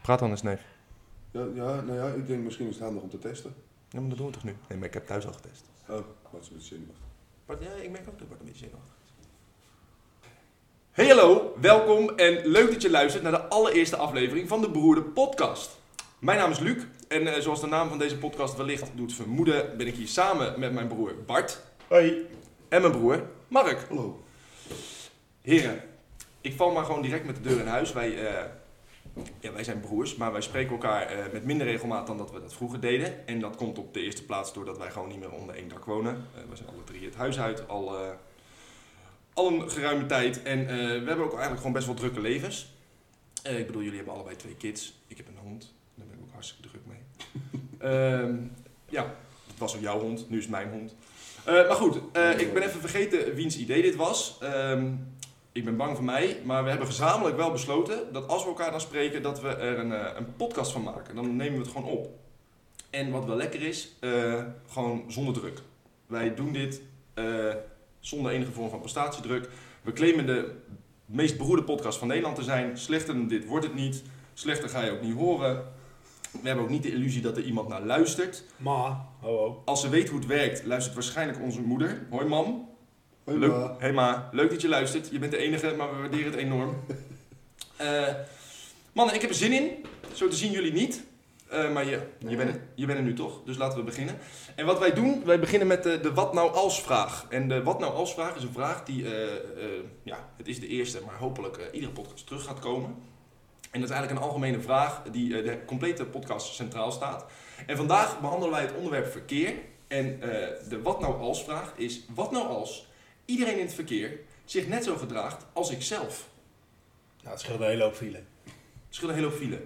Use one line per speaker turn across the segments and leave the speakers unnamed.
Praat dan eens, neef.
Ja, ik denk misschien is het handig om te testen.
Ja, maar dat doen we toch nu? Nee, maar ik heb thuis al getest.
Oh, wat is met zenuwachtig.
Ja, ik merk ook dat Bart een beetje zenuwachtig is. Hey hallo, welkom en leuk dat je luistert naar de allereerste aflevering van de Beroerde Podcast. Mijn naam is Luc en zoals de naam van deze podcast wellicht doet vermoeden, ben ik hier samen met mijn broer Bart.
Hoi.
En mijn broer Mark.
Hallo.
Heren, ik val maar gewoon direct met de deur in huis. Wij zijn broers, maar wij spreken elkaar met minder regelmaat dan dat we dat vroeger deden. En dat komt op de eerste plaats doordat wij gewoon niet meer onder één dak wonen. We zijn alle drie het huis uit, al een geruime tijd. En we hebben ook eigenlijk gewoon best wel drukke levens. Ik bedoel, jullie hebben allebei 2 kids. Ik heb een hond, daar ben ik ook hartstikke druk mee. Het was ook jouw hond, nu is het mijn hond. Maar goed, ik ben even vergeten wiens idee dit was. Ik ben bang voor mij, maar we hebben gezamenlijk wel besloten dat als we elkaar dan spreken, dat we er een podcast van maken. Dan nemen we het gewoon op. En wat wel lekker is, gewoon zonder druk. Wij doen dit zonder enige vorm van prestatiedruk. We claimen de meest beroerde podcast van Nederland te zijn. Slechter dan dit wordt het niet. Slechter ga je ook niet horen. We hebben ook niet de illusie dat er iemand naar luistert.
Ma, ho.
Als ze weet hoe het werkt, luistert waarschijnlijk onze moeder. Hoi mam.
Hoi,
Leuk,
ma.
hey ma, leuk dat je luistert. Je bent de enige, maar we waarderen het enorm. Mannen, ik heb er zin in. Zo te zien jullie niet. Maar je bent er nu toch, dus laten we beginnen. En wat wij doen, wij beginnen met de wat nou als vraag. En de wat nou als vraag is een vraag die, het is de eerste, maar hopelijk iedere podcast terug gaat komen. En dat is eigenlijk een algemene vraag die de complete podcast centraal staat. En vandaag behandelen wij het onderwerp verkeer. En de wat nou als vraag is, wat nou als iedereen in het verkeer zich net zo gedraagt als ik zelf?
Nou, het scheelt een hele hoop file.
Het scheelt een hele hoop file.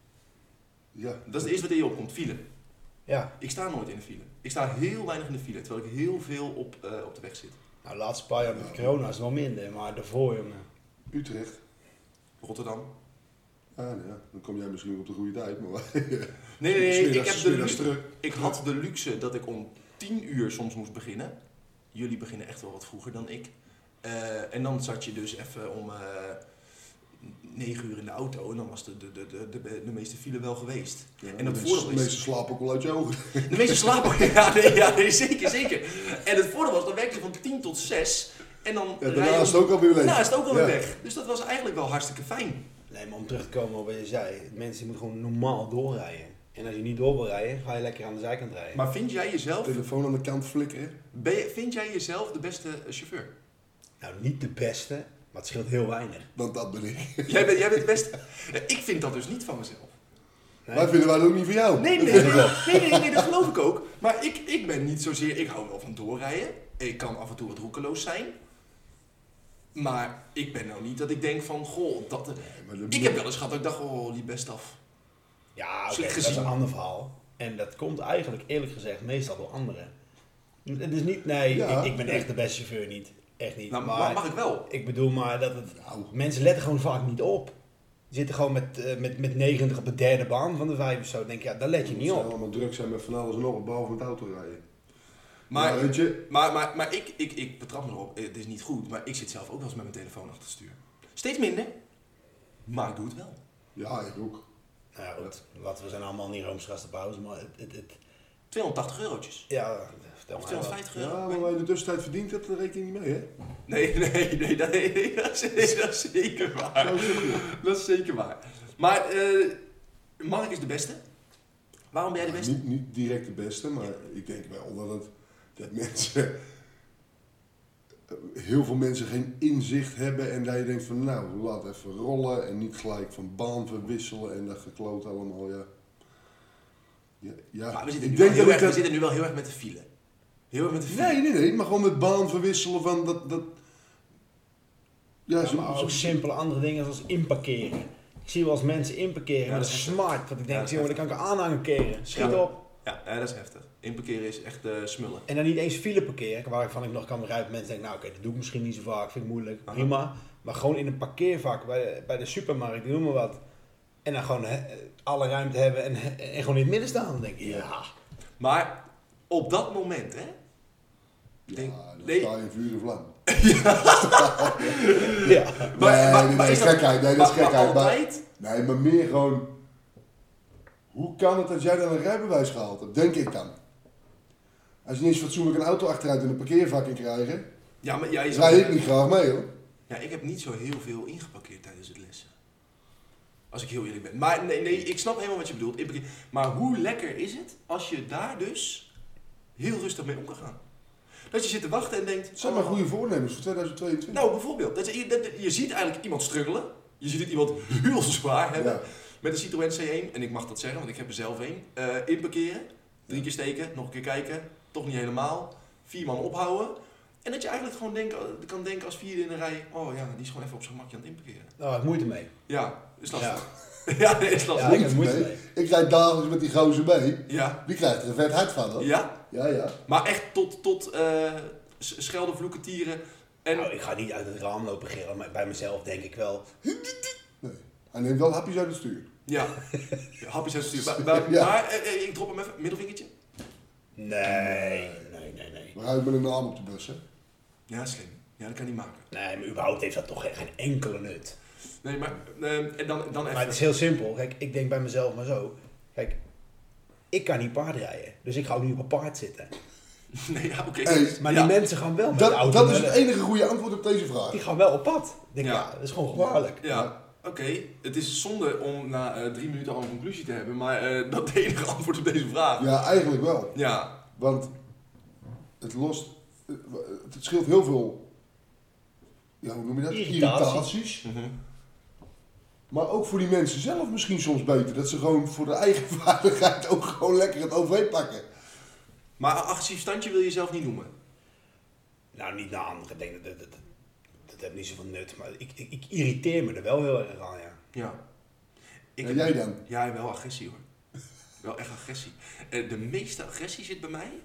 Ja.
Dat is het eerste wat in je opkomt, file.
Ja.
Ik sta nooit in de file. Ik sta heel weinig in de file, terwijl ik heel veel op de weg zit.
Nou, de laatste paar jaar met corona is het wel minder, maar daarvoor, jongen.
Utrecht.
Rotterdam.
Dan kom jij misschien op de goede tijd, maar...
Nee,
Smiddags terug.
ik had de luxe dat ik om 10 uur soms moest beginnen. Jullie beginnen echt wel wat vroeger dan ik. En dan zat je dus even om 9 uur in de auto en dan was de meeste file wel geweest.
Ja,
en het
de
voordeel is...
meeste slapen ook wel uit je ogen.
De meeste slapen, nee, zeker. En het voordeel was, dan werkte je van 10 tot 6. En dan
Daarna is het ook alweer weg.
Daarna is het ook alweer weg. Dus dat was eigenlijk wel hartstikke fijn.
Nee, maar om terug te komen op wat je zei, mensen moeten gewoon normaal doorrijden. En als je niet door wil rijden, ga je lekker aan de zijkant rijden.
Maar vind jij jezelf...
Telefoon aan de kant flikkeren.
Vind jij jezelf de beste chauffeur?
Nou, niet de beste, maar het scheelt heel weinig.
Want dat ben ik.
Jij bent de beste. Ja, ik vind dat dus niet van mezelf.
Nee?
Wij vinden wij ook niet van jou.
Nee, dat geloof ik ook. Maar ik ben niet zozeer... Ik hou wel van doorrijden. Ik kan af en toe wat roekeloos zijn. Maar ik ben nou niet dat ik denk van... Goh, dat... Ik heb wel eens gehad dat ik dacht... Oh, die best af.
Ja, oké,
Slecht
dat is
gezien.
een ander verhaal. En dat komt eigenlijk, eerlijk gezegd, meestal door anderen. Het is niet, nee,
Ja.
ik ben echt de beste chauffeur niet. Echt niet.
Nou,
maar
mag ik wel?
ik bedoel maar dat het...
Nou.
Mensen letten gewoon vaak niet op. Die zitten gewoon met 90 op de derde baan van de 5 of zo. Dan denk je, ja, daar let je niet
Ze
op.
allemaal druk zijn met van alles en nog wat, behalve met autorijden.
Maar,
Ja, weet je.
maar ik betrap me erop. Het is niet goed. Maar ik zit zelf ook wel eens met mijn telefoon achter het stuur. Steeds minder. Maar ik doe het wel.
Ja, ik ook.
Nou ja, goed. We zijn allemaal niet Roomsgaste pauze, maar het
280 eurotjes.
ja, vertel
Of
maar wat.
250 euro.
Ja, maar wat je in de tussentijd verdiend hebt, daar reken je niet mee, hè?
Nee, dat is zeker waar.
Zo zeg je.
Dat is zeker waar. Maar Mark is de beste. Waarom ben jij de beste?
Niet direct de beste, maar ik denk wel dat mensen... heel veel mensen geen inzicht hebben en dat je denkt van nou, laat even rollen en niet gelijk van baan verwisselen en dat gekloot allemaal, ja.
Maar we
ik
zitten,
denk dat ik
we zitten nu wel heel erg met de file. Heel erg met de file.
Nee, maar gewoon met baan verwisselen van dat... Ja,
Ja, maar ook simpele andere dingen zoals inparkeren. Ik zie wel eens mensen inparkeren
Ja,
met
dat
een
is
smart. Dat ik
Ja,
denk,
dat is
jongen, dan kan ik aanhangen keren. Schiet
Ja.
op.
Ja, dat is heftig. Inparkeren is echt smullen.
En dan niet eens file parkeren, waarvan ik nog kan begrijpen. Mensen denken, nou oké, dat doe ik misschien niet zo vaak, vind ik moeilijk,
Aha.
prima. Maar gewoon in een parkeervak bij de supermarkt, noem maar wat. En dan gewoon alle ruimte hebben en gewoon in het midden staan. Dan denk je, ja.
Maar op dat moment, hè?
dan
nee.
sta je in vuur en vlam.
Ja.
Nee, dat is gekheid. Nee, dat is gekheid. Maar,
altijd?
nee, maar meer gewoon Hoe kan het dat jij dan een rijbewijs gehaald hebt? Denk ik dan. Als je niet eens fatsoenlijk een auto achteruit in een parkeervak kan krijgen,
Ja, maar jij
rij ik niet graag mee hoor.
Ja, ik heb niet zo heel veel ingeparkeerd tijdens het lessen. Als ik heel eerlijk ben. Maar nee, ik snap helemaal wat je bedoelt. Maar hoe lekker is het als je daar dus heel rustig mee om kan gaan? Dat je zit te wachten en denkt...
Het zijn maar goede voornemens voor 2022.
Nou, bijvoorbeeld. Je ziet eigenlijk iemand struggelen. Je ziet iemand heel zwaar hebben.
Ja.
Met een Citroën C1. En ik mag dat zeggen, want ik heb er zelf een. Inparkeren. 3 keer steken. Nog een keer kijken. Toch niet helemaal. 4 man ophouden. En dat je eigenlijk gewoon kan denken als vierde in de rij... Oh ja, die is gewoon even op zijn gemakje aan het inparkeren.
Nou, ik heb moeite mee.
Ja, is lastig.
Ja.
Ja, nee, is lastig.
Ja, ik heb moeite
mee.
mee.
Ik rijd dagelijks met die gozer mee.
Ja.
Die krijgt er een vet hart van hoor.
Ja?
Ja.
Maar echt tot schelden, vloeken, tieren. En...
Nou, ik ga niet uit het raam lopen gillen, maar bij mezelf denk ik wel...
Nee. Hij neemt wel hapjes uit het stuur.
Ja, hapjes uit het stuur.
Ja.
Maar ik drop hem even, middelvingertje.
Nee.
We rijden met een naam op de bus hè.
Ja, slim. Ja, dat kan niet maken.
Nee, maar überhaupt heeft dat toch geen enkele nut.
Nee, maar en dan even...
Maar het is heel simpel. Kijk, ik denk bij mezelf maar zo. Kijk, ik kan niet paardrijden. Dus ik ga ook niet op een paard zitten.
Nee, ja, oké.
Hey,
Maar
Ja.
die mensen gaan wel met de auto.
Dat is
naar
het enige goede antwoord op deze vraag.
Die gaan wel op pad. Ik denk,
Ja.
ja, dat is gewoon gevaarlijk.
Ja, oké. Het is zonde om na 3 minuten al een conclusie te hebben, maar dat is het enige antwoord op deze vraag.
Ja, eigenlijk wel.
Ja.
Want het scheelt heel veel, ja, hoe noem je dat? Irritaties.
Mhm.
Maar ook voor die mensen zelf misschien soms beter. Dat ze gewoon voor de eigen veiligheid ook gewoon lekker het overheen pakken.
Maar een agressief standje wil je zelf niet noemen?
Nou, niet naar anderen. Ik denk dat heeft niet zoveel nut. Maar ik irriteer me er wel heel erg aan, ja.
Ja.
En jij dan?
Ja, wel agressie hoor. Wel echt agressie. De meeste agressie zit bij mij.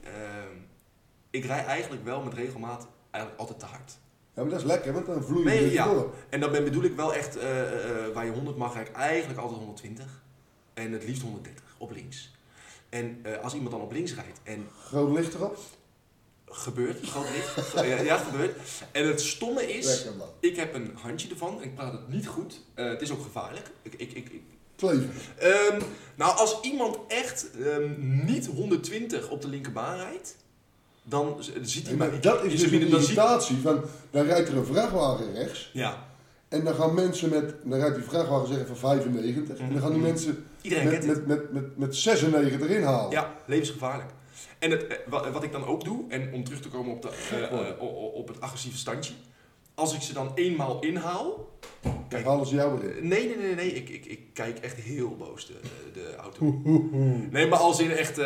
Ik rij eigenlijk wel met regelmaat eigenlijk altijd te hard.
Ja, maar dat is lekker, want dan vloei je
Nee,
er
ja.
door.
En dan bedoel ik wel echt, waar je 100 mag, rijd ik eigenlijk altijd 120. En het liefst 130 op links. En als iemand dan op links rijdt en
Groot licht erop.
gebeurt, groot licht, ja, gebeurt. En het stomme is,
Lekker man.
ik heb een handje ervan en ik praat het niet goed. Het is ook gevaarlijk.
Kleven.
Nou, als iemand echt niet 120 op de linkerbaan rijdt, dan ziet hij
Maar
mij.
dat is dus een
dan ziet-
irritatie. Van, dan rijdt er een vrachtwagen rechts.
Ja,
En dan gaan mensen dan rijdt die vrachtwagen zeggen van 95. En dan gaan die mensen
iedereen kent het.
met 96 inhalen.
Ja, levensgevaarlijk. En wat ik dan ook doe, en om terug te komen op het agressieve standje. Als ik ze dan eenmaal inhaal...
Kijk, halen ze jou erin.
Nee. Ik kijk echt heel boos de auto. Nee, maar als in echt...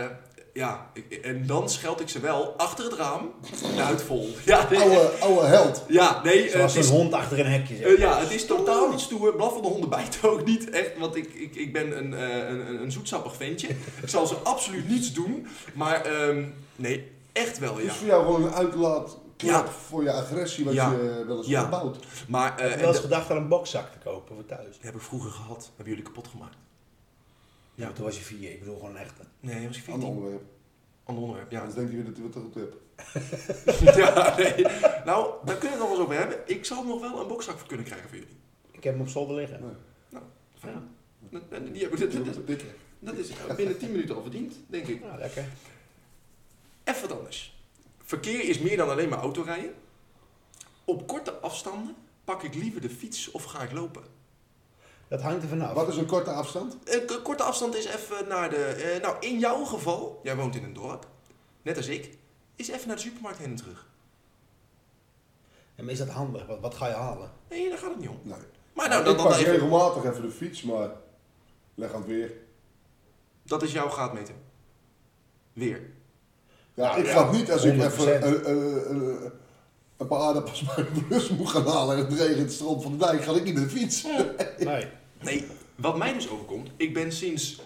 en dan scheld ik ze wel achter het raam. De huid vol. Ja, nee,
Oude held.
ja, nee.
Zoals
het
een
is-
hond achter een hekje zit.
ja, het is totaal niet stoer. Blaffende honden bijten ook niet. Echt, want ik ben een zoetsappig ventje. Ik zal ze absoluut niets doen. Maar nee, echt wel,
Het
ja.
is voor jou gewoon een uitlaatklep
Ja.
voor je agressie wat
Ja.
je wel eens
Ja.
opbouwt.
Maar
Ik heb wel eens gedacht aan een bokzak te kopen voor thuis.
heb ik vroeger gehad. Hebben jullie kapot gemaakt?
Ja, maar toen was je 4. Ik bedoel gewoon een echte.
Nee, was ik
Ander
14.
onderwerp.
Ander onderwerp, ja.
Anders denk je dat je het te goed hebt.
Ja, nee. Nou, daar kunnen we het nog wel eens over hebben. Ik zal nog wel een bokzak voor kunnen krijgen voor jullie.
Ik heb hem op zolder liggen.
Nee.
Fijn.
Ja.
Die hebben, dat is binnen 10 minuten al verdiend, denk ik.
Ja, lekker.
Even wat anders. Verkeer is meer dan alleen maar autorijden. Op korte afstanden pak ik liever de fiets of ga ik lopen.
Dat hangt er vanaf.
Wat is een korte afstand?
Korte afstand is even naar de... nou, in jouw geval, jij woont in een dorp, net als ik, is even naar de supermarkt heen en terug.
Ja, maar is dat handig? Wat ga je halen?
Nee, daar gaat het niet om.
Nee.
Maar nou,
Ik
dan
pak
even...
regelmatig even de fiets, maar leg aan het weer.
Dat is jouw graadmeter. Weer.
Ja,
Nou,
ik
ja,
ga het niet als ik
100%.
even een paar aardappels bij de bus moet gaan halen en het regent strand van de dijk, ga ik niet met de fiets.
Nee.
Nee, wat mij dus overkomt, ik ben sinds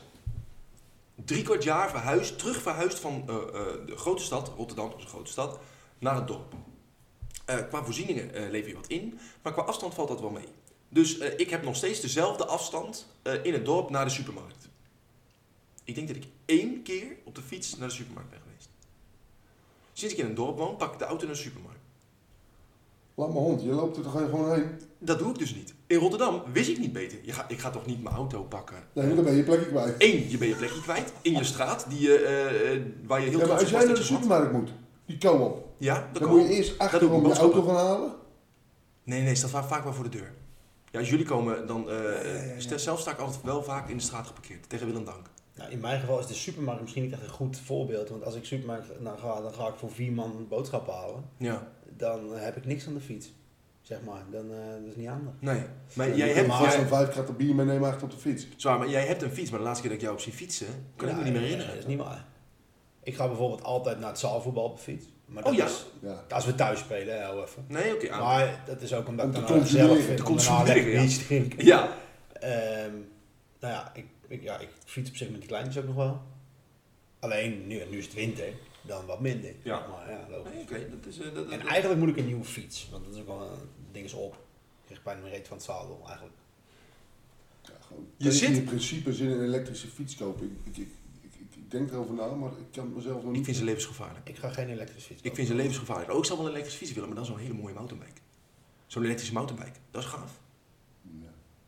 3/4 jaar terug verhuisd van de grote stad, Rotterdam, dat is een grote stad, naar het dorp. Qua voorzieningen lever je wat in, maar qua afstand valt dat wel mee. Dus ik heb nog steeds dezelfde afstand in het dorp naar de supermarkt. Ik denk dat ik 1 keer op de fiets naar de supermarkt ben geweest. Sinds ik in een dorp woon, pak ik de auto naar de supermarkt.
Laat mijn hond, je loopt er toch gewoon heen?
Dat doe ik dus niet. In Rotterdam wist ik niet beter. Ik ga toch niet mijn auto pakken.
Nee, maar dan ben je je plekje kwijt.
Je ben je plekje kwijt. In je straat, waar je heel
Ja, maar
trots
als
op
jij
was
naar
dat
de
je zat.
supermarkt moet, die co-op,
Ja, dat
dan
kan.
moet je eerst
doe
achterom
ik
je
boodschappen.
auto gaan halen.
Nee, staat vaak wel voor de deur. Ja, als jullie komen, dan... Zelf sta ik altijd wel vaak in de straat geparkeerd. Tegen wil en dank.
Nou, in mijn geval is de supermarkt misschien niet echt een goed voorbeeld. Want als ik supermarkt dan ga ik voor 4 man boodschappen halen.
Ja.
Dan heb ik niks aan de fiets. Zeg maar, dat is niet handig.
Nee. Maar
Ja,
jij
je
hebt...
kan vast een 5 kratten bier meenemen achter op de fiets.
Zwaar, maar jij hebt een fiets. Maar de laatste keer dat ik jou op zie fietsen, kan ik me niet meer herinneren.
Dat is niet waar. Ik ga bijvoorbeeld altijd naar het zaalvoetbal op de fiets. Maar
Oh,
dat
ja?
is
Ja.
als we thuis spelen, heel even.
Nee, oké.
Maar dat is ook omdat
Om
ik
te
dan
consumeren.
zelf vind
Te
om daarna
consumeren,
lekker
ja.
biertje te drinken.
Ja.
Nou ja, ik fiets op zich met die kleintjes ook nog wel. Alleen, nu is het winter, dan wat minder.
Ja.
Maar ja, logisch.
Nee, oké. Dat is...
En eigenlijk moet ik een nieuwe fiets, want dat is ook wel een ding is op. Ik krijg bijna mijn reet van het zadel eigenlijk.
Ja, gewoon.
Je zit-
in principe zin in een elektrische fiets kopen. Ik denk erover na, maar ik kan het mezelf nog niet...
Ik vind ze levensgevaarlijk.
Ik ga geen elektrische fiets
Ik vind ze levensgevaarlijk. Ook zou wel een elektrische fiets willen, maar dan zo'n hele mooie mountainbike. Zo'n elektrische mountainbike. Dat is gaaf.
Ja.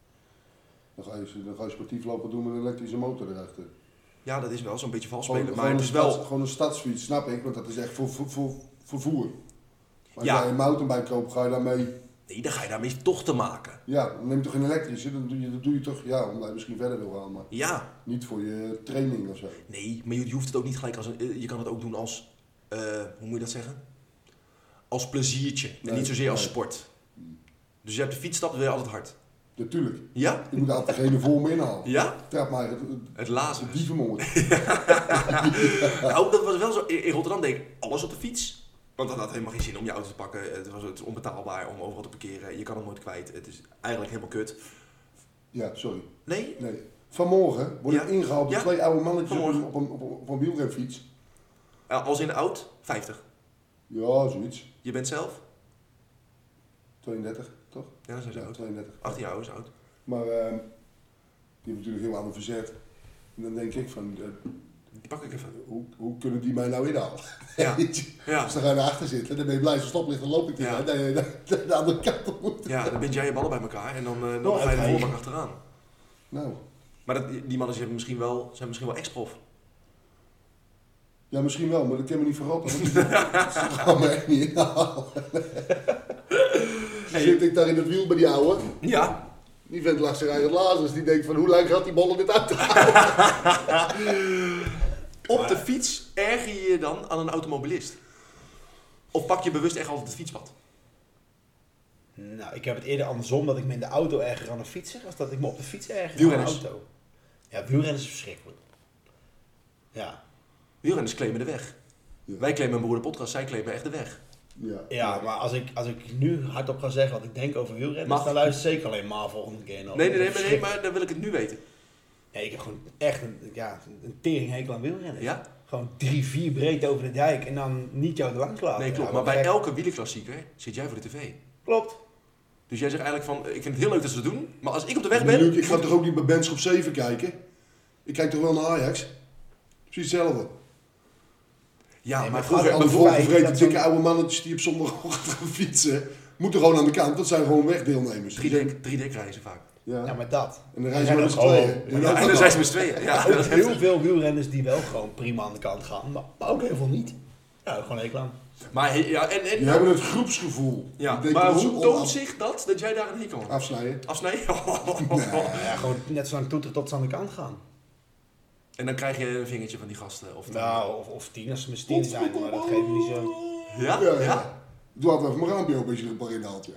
Dan ga je sportief lopen doen met een elektrische motor erachter.
Ja, dat is wel zo'n beetje vals
Gewoon,
spelen.
gewoon
Maar het is wel...
gewoon een stadsfiets, snap ik, want dat is echt voor vervoer. Maar als
Ja.
jij een mountainbike koopt, ga je daarmee...
Nee, dan ga je daarmee toch te maken.
Ja, dan neem je toch een elektrische, dat doe je toch, ja, omdat je misschien verder wil gaan, maar
Ja.
niet voor je training of zo.
Nee, maar je hoeft het ook niet gelijk als een... Je kan het ook doen als... hoe moet je dat zeggen? Als pleziertje. En
Nee,
niet zozeer als
nee.
sport. Dus je hebt de fietsstap, wil je altijd hard.
Natuurlijk.
Ja?
Je moet altijd degene voor me inhalen.
Ja?
Trap mij
Het lazen.
het dievenmoord.
Nou, dat was wel zo. In Rotterdam deed ik alles op de fiets. Want dat had helemaal geen zin om je auto te pakken. Het is onbetaalbaar om overal te parkeren. Je kan het nooit kwijt. Het is eigenlijk helemaal kut.
Ja, sorry.
Nee?
Nee. Vanmorgen word ik
Ja.
ingehaald door
Ja.
2 oude mannetjes
Vanmorgen.
op een wielrenfiets.
Als in de oud, 50.
Ja, zoiets.
Je bent zelf?
32, toch?
Ja, dat zijn ze
Ja,
oud.
32.
18 jaar oud is oud.
Maar die hebben natuurlijk heel aan me verzet. En dan denk ik van,
Die pak ik even.
hoe kunnen die mij nou inhalen?
Ja.
Weet je?
Ja.
Dus dan ga je naar achter zitten, dan ben je blij zo'n stoplicht, dan loop ik
Ja.
tegen. De andere kant op moet.
Ja, dan bind jij je ballen bij elkaar en dan ga je de
uitrijden.
voorbak achteraan.
Nou,
Maar die mannen zijn misschien wel ex-prof.
ja misschien wel, maar dat kan me niet verratten. Want ze gaan me echt niet inhalen. Dan zit ik daar in het wiel bij die ouwe.
Ja.
Die vent lag zich eigen lazers. Die denkt van, hoe lang gaat die ballen dit uit te halen?
Op de fiets erger je je dan aan een automobilist? Of pak je bewust echt altijd het fietspad?
Nou, ik heb het eerder andersom dat ik me in de auto erger aan een fietser, als dat ik me op de fiets erger aan een
Wielrenners.
auto. Ja, wielrennen is verschrikkelijk. Ja.
Wielrenners claimen de weg.
Ja.
Wij claimen een broeder podcast, zij claimen echt de weg.
Ja, maar als ik nu hardop ga zeggen wat ik denk over wielrennen,
Mag.
dan luister zeker alleen maar volgende keer nog.
Nee, maar dan wil ik het nu weten.
Ja, ik heb gewoon echt een teringhekel aan wielrennen.
Ja?
Gewoon 3-4 breed over de dijk en dan niet jou er langs laten.
Nee, klopt.
Ja,
Maar bij
gek.
elke wielerklassieker zit jij voor de tv.
Klopt.
Dus jij zegt eigenlijk van, ik vind het heel leuk dat ze het doen, maar als ik op de weg
Maar
ben...
Luc, ik ga toch ook niet bij Benschop 7 kijken? Ik kijk toch wel naar Ajax? Precies hetzelfde.
Ja,
Nee,
maar
maar
vroeger...
gaat
Alle
over
volgevreten
vijf, dat
dikke
zo'n-
oude mannetjes die op zondagochtend gaan fietsen, moeten gewoon aan de kant. Dat zijn gewoon wegdeelnemers.
3D reizen vaak.
Ja.
Ja, maar dat.
En dan rijden ze
Er
met
zijn
z'n
ook
tweeën.
gewoon-
Ja, en dan zijn ze met z'n tweeën. Ja,
Ook
dat is
heel
heftig.
veel wielrenners die wel gewoon prima aan de kant gaan, maar ook heel veel niet. Ja, gewoon hekel aan.
Maar ja, en
Die hebben het groepsgevoel.
ja,
Die denken
maar
dat ze
hoe toont zich dat jij daar een hekel aan hebt?
afsnijden?
Afsnijden?
Ja, gewoon net zo lang toeteren tot ze aan de kant gaan.
En dan krijg je een vingertje van die gasten. Of
Nou, of 10 als ze met 10 zijn, maar dat geeft me niet zo.
Ja?
Ja,
Ja?
ja. Doe altijd even mijn raampje open als je er een paar inhaalt, ja.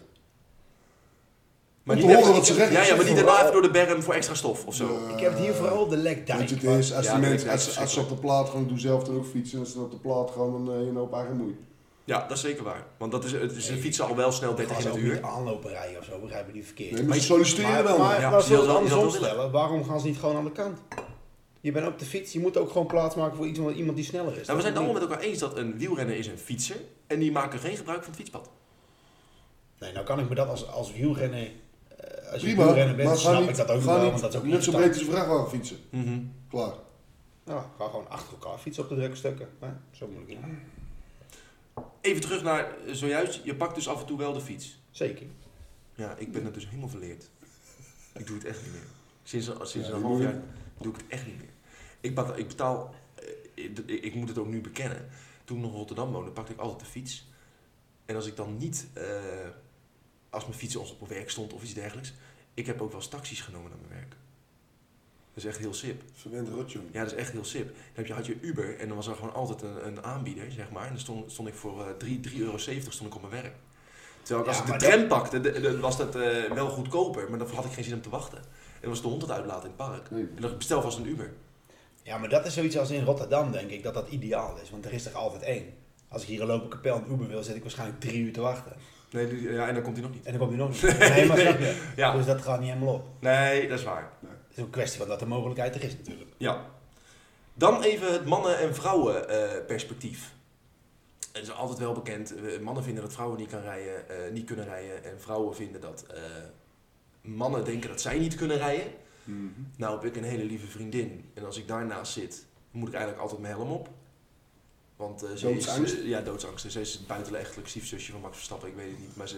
Maar
Om
niet
te horen
even-
wat ze zeggen.
Ja, maar niet
Zeg
daarna even door de berm voor extra stof of zo.
Ja.
Ik heb het hier vooral de lekdijk.
Weet je, het is, als,
Ja,
die
dat
mensen,
is
als ze op de plaat gaan, doe zelf dan ook fietsen. En als ze op de plaat gaan, dan je een hoop eigen moeite.
Ja, dat is zeker waar. Want ze fietsen al wel snel 30
Als
in
ook
het
niet
uur.
aanlopen rijden of zo, begrijp ik niet verkeerd.
Nee, maar ze solliciteren wel.
Maar
Ja,
als
je
we
zal
het
wel- je zal
andersom
wel
stellen, waarom gaan ze niet gewoon aan de kant? Je bent op de fiets, je moet ook gewoon plaats maken voor iemand die sneller is.
Nou, we zijn het allemaal
niet.
met elkaar eens dat een wielrenner is een fietser. En die maken geen gebruik van het fietspad.
Nee, nou kan ik me dat als wielrenner, als je
Prima,
wielrenner bent,
maar
snap ik dat ook
ga
wel,
niet
want dat is ook
net zo
irritant.
breed als een vrachtwagen fietsen. Klaar.
Ja, ga gewoon achter elkaar fietsen op de drukke stukken. Ja, zo moeilijk niet.
even terug naar zojuist. Je pakt dus af en toe wel de fiets.
Zeker.
Ja, ik ben het dus helemaal verleerd. Ik doe het echt niet meer. Sinds een half jaar doe ik het echt niet meer. Ik betaal, ik moet het ook nu bekennen. Toen ik nog in Rotterdam woonde, pakte ik altijd de fiets. En als ik dan niet, als mijn fiets op werk stond of iets dergelijks. Ik heb ook wel eens taxis genomen naar mijn werk. Dat is echt heel sip.
Verwend rotjoen.
Ja, dat is echt heel sip. Dan had je Uber en dan was er gewoon altijd een aanbieder, zeg maar. En dan stond ik voor €3,70 stond ik op mijn werk. Terwijl als ik de tram pakte, was dat wel goedkoper, maar dan had ik geen zin om te wachten. En dan was de hond het uitlaten in het park.
Nee.
En dan bestel vast een Uber.
Ja, maar dat is zoiets als in Rotterdam, denk ik, dat ideaal is. Want er is er altijd één. Als ik hier een lopen kapel een Uber wil, zit ik waarschijnlijk 3 uur te wachten.
Nee, ja, en dan komt hij nog niet.
En dan komt hij nog niet. Nee, maar snap je?
Ja.
Dus dat gaat niet helemaal op.
Nee, dat is waar.
Het is een kwestie van dat de mogelijkheid er is natuurlijk.
Ja. Dan even het mannen- en vrouwen perspectief. Het is altijd wel bekend, mannen vinden dat vrouwen niet kunnen rijden. En vrouwen vinden dat mannen denken dat zij niet kunnen rijden.
Mm-hmm.
Nou heb ik een hele lieve vriendin. En als ik daarnaast zit, moet ik eigenlijk altijd mijn helm op. Want
Doodsangst?
Ja, doodsangst. Ze is het buitenechtelijk stiefzusje van Max Verstappen, ik weet het niet. Maar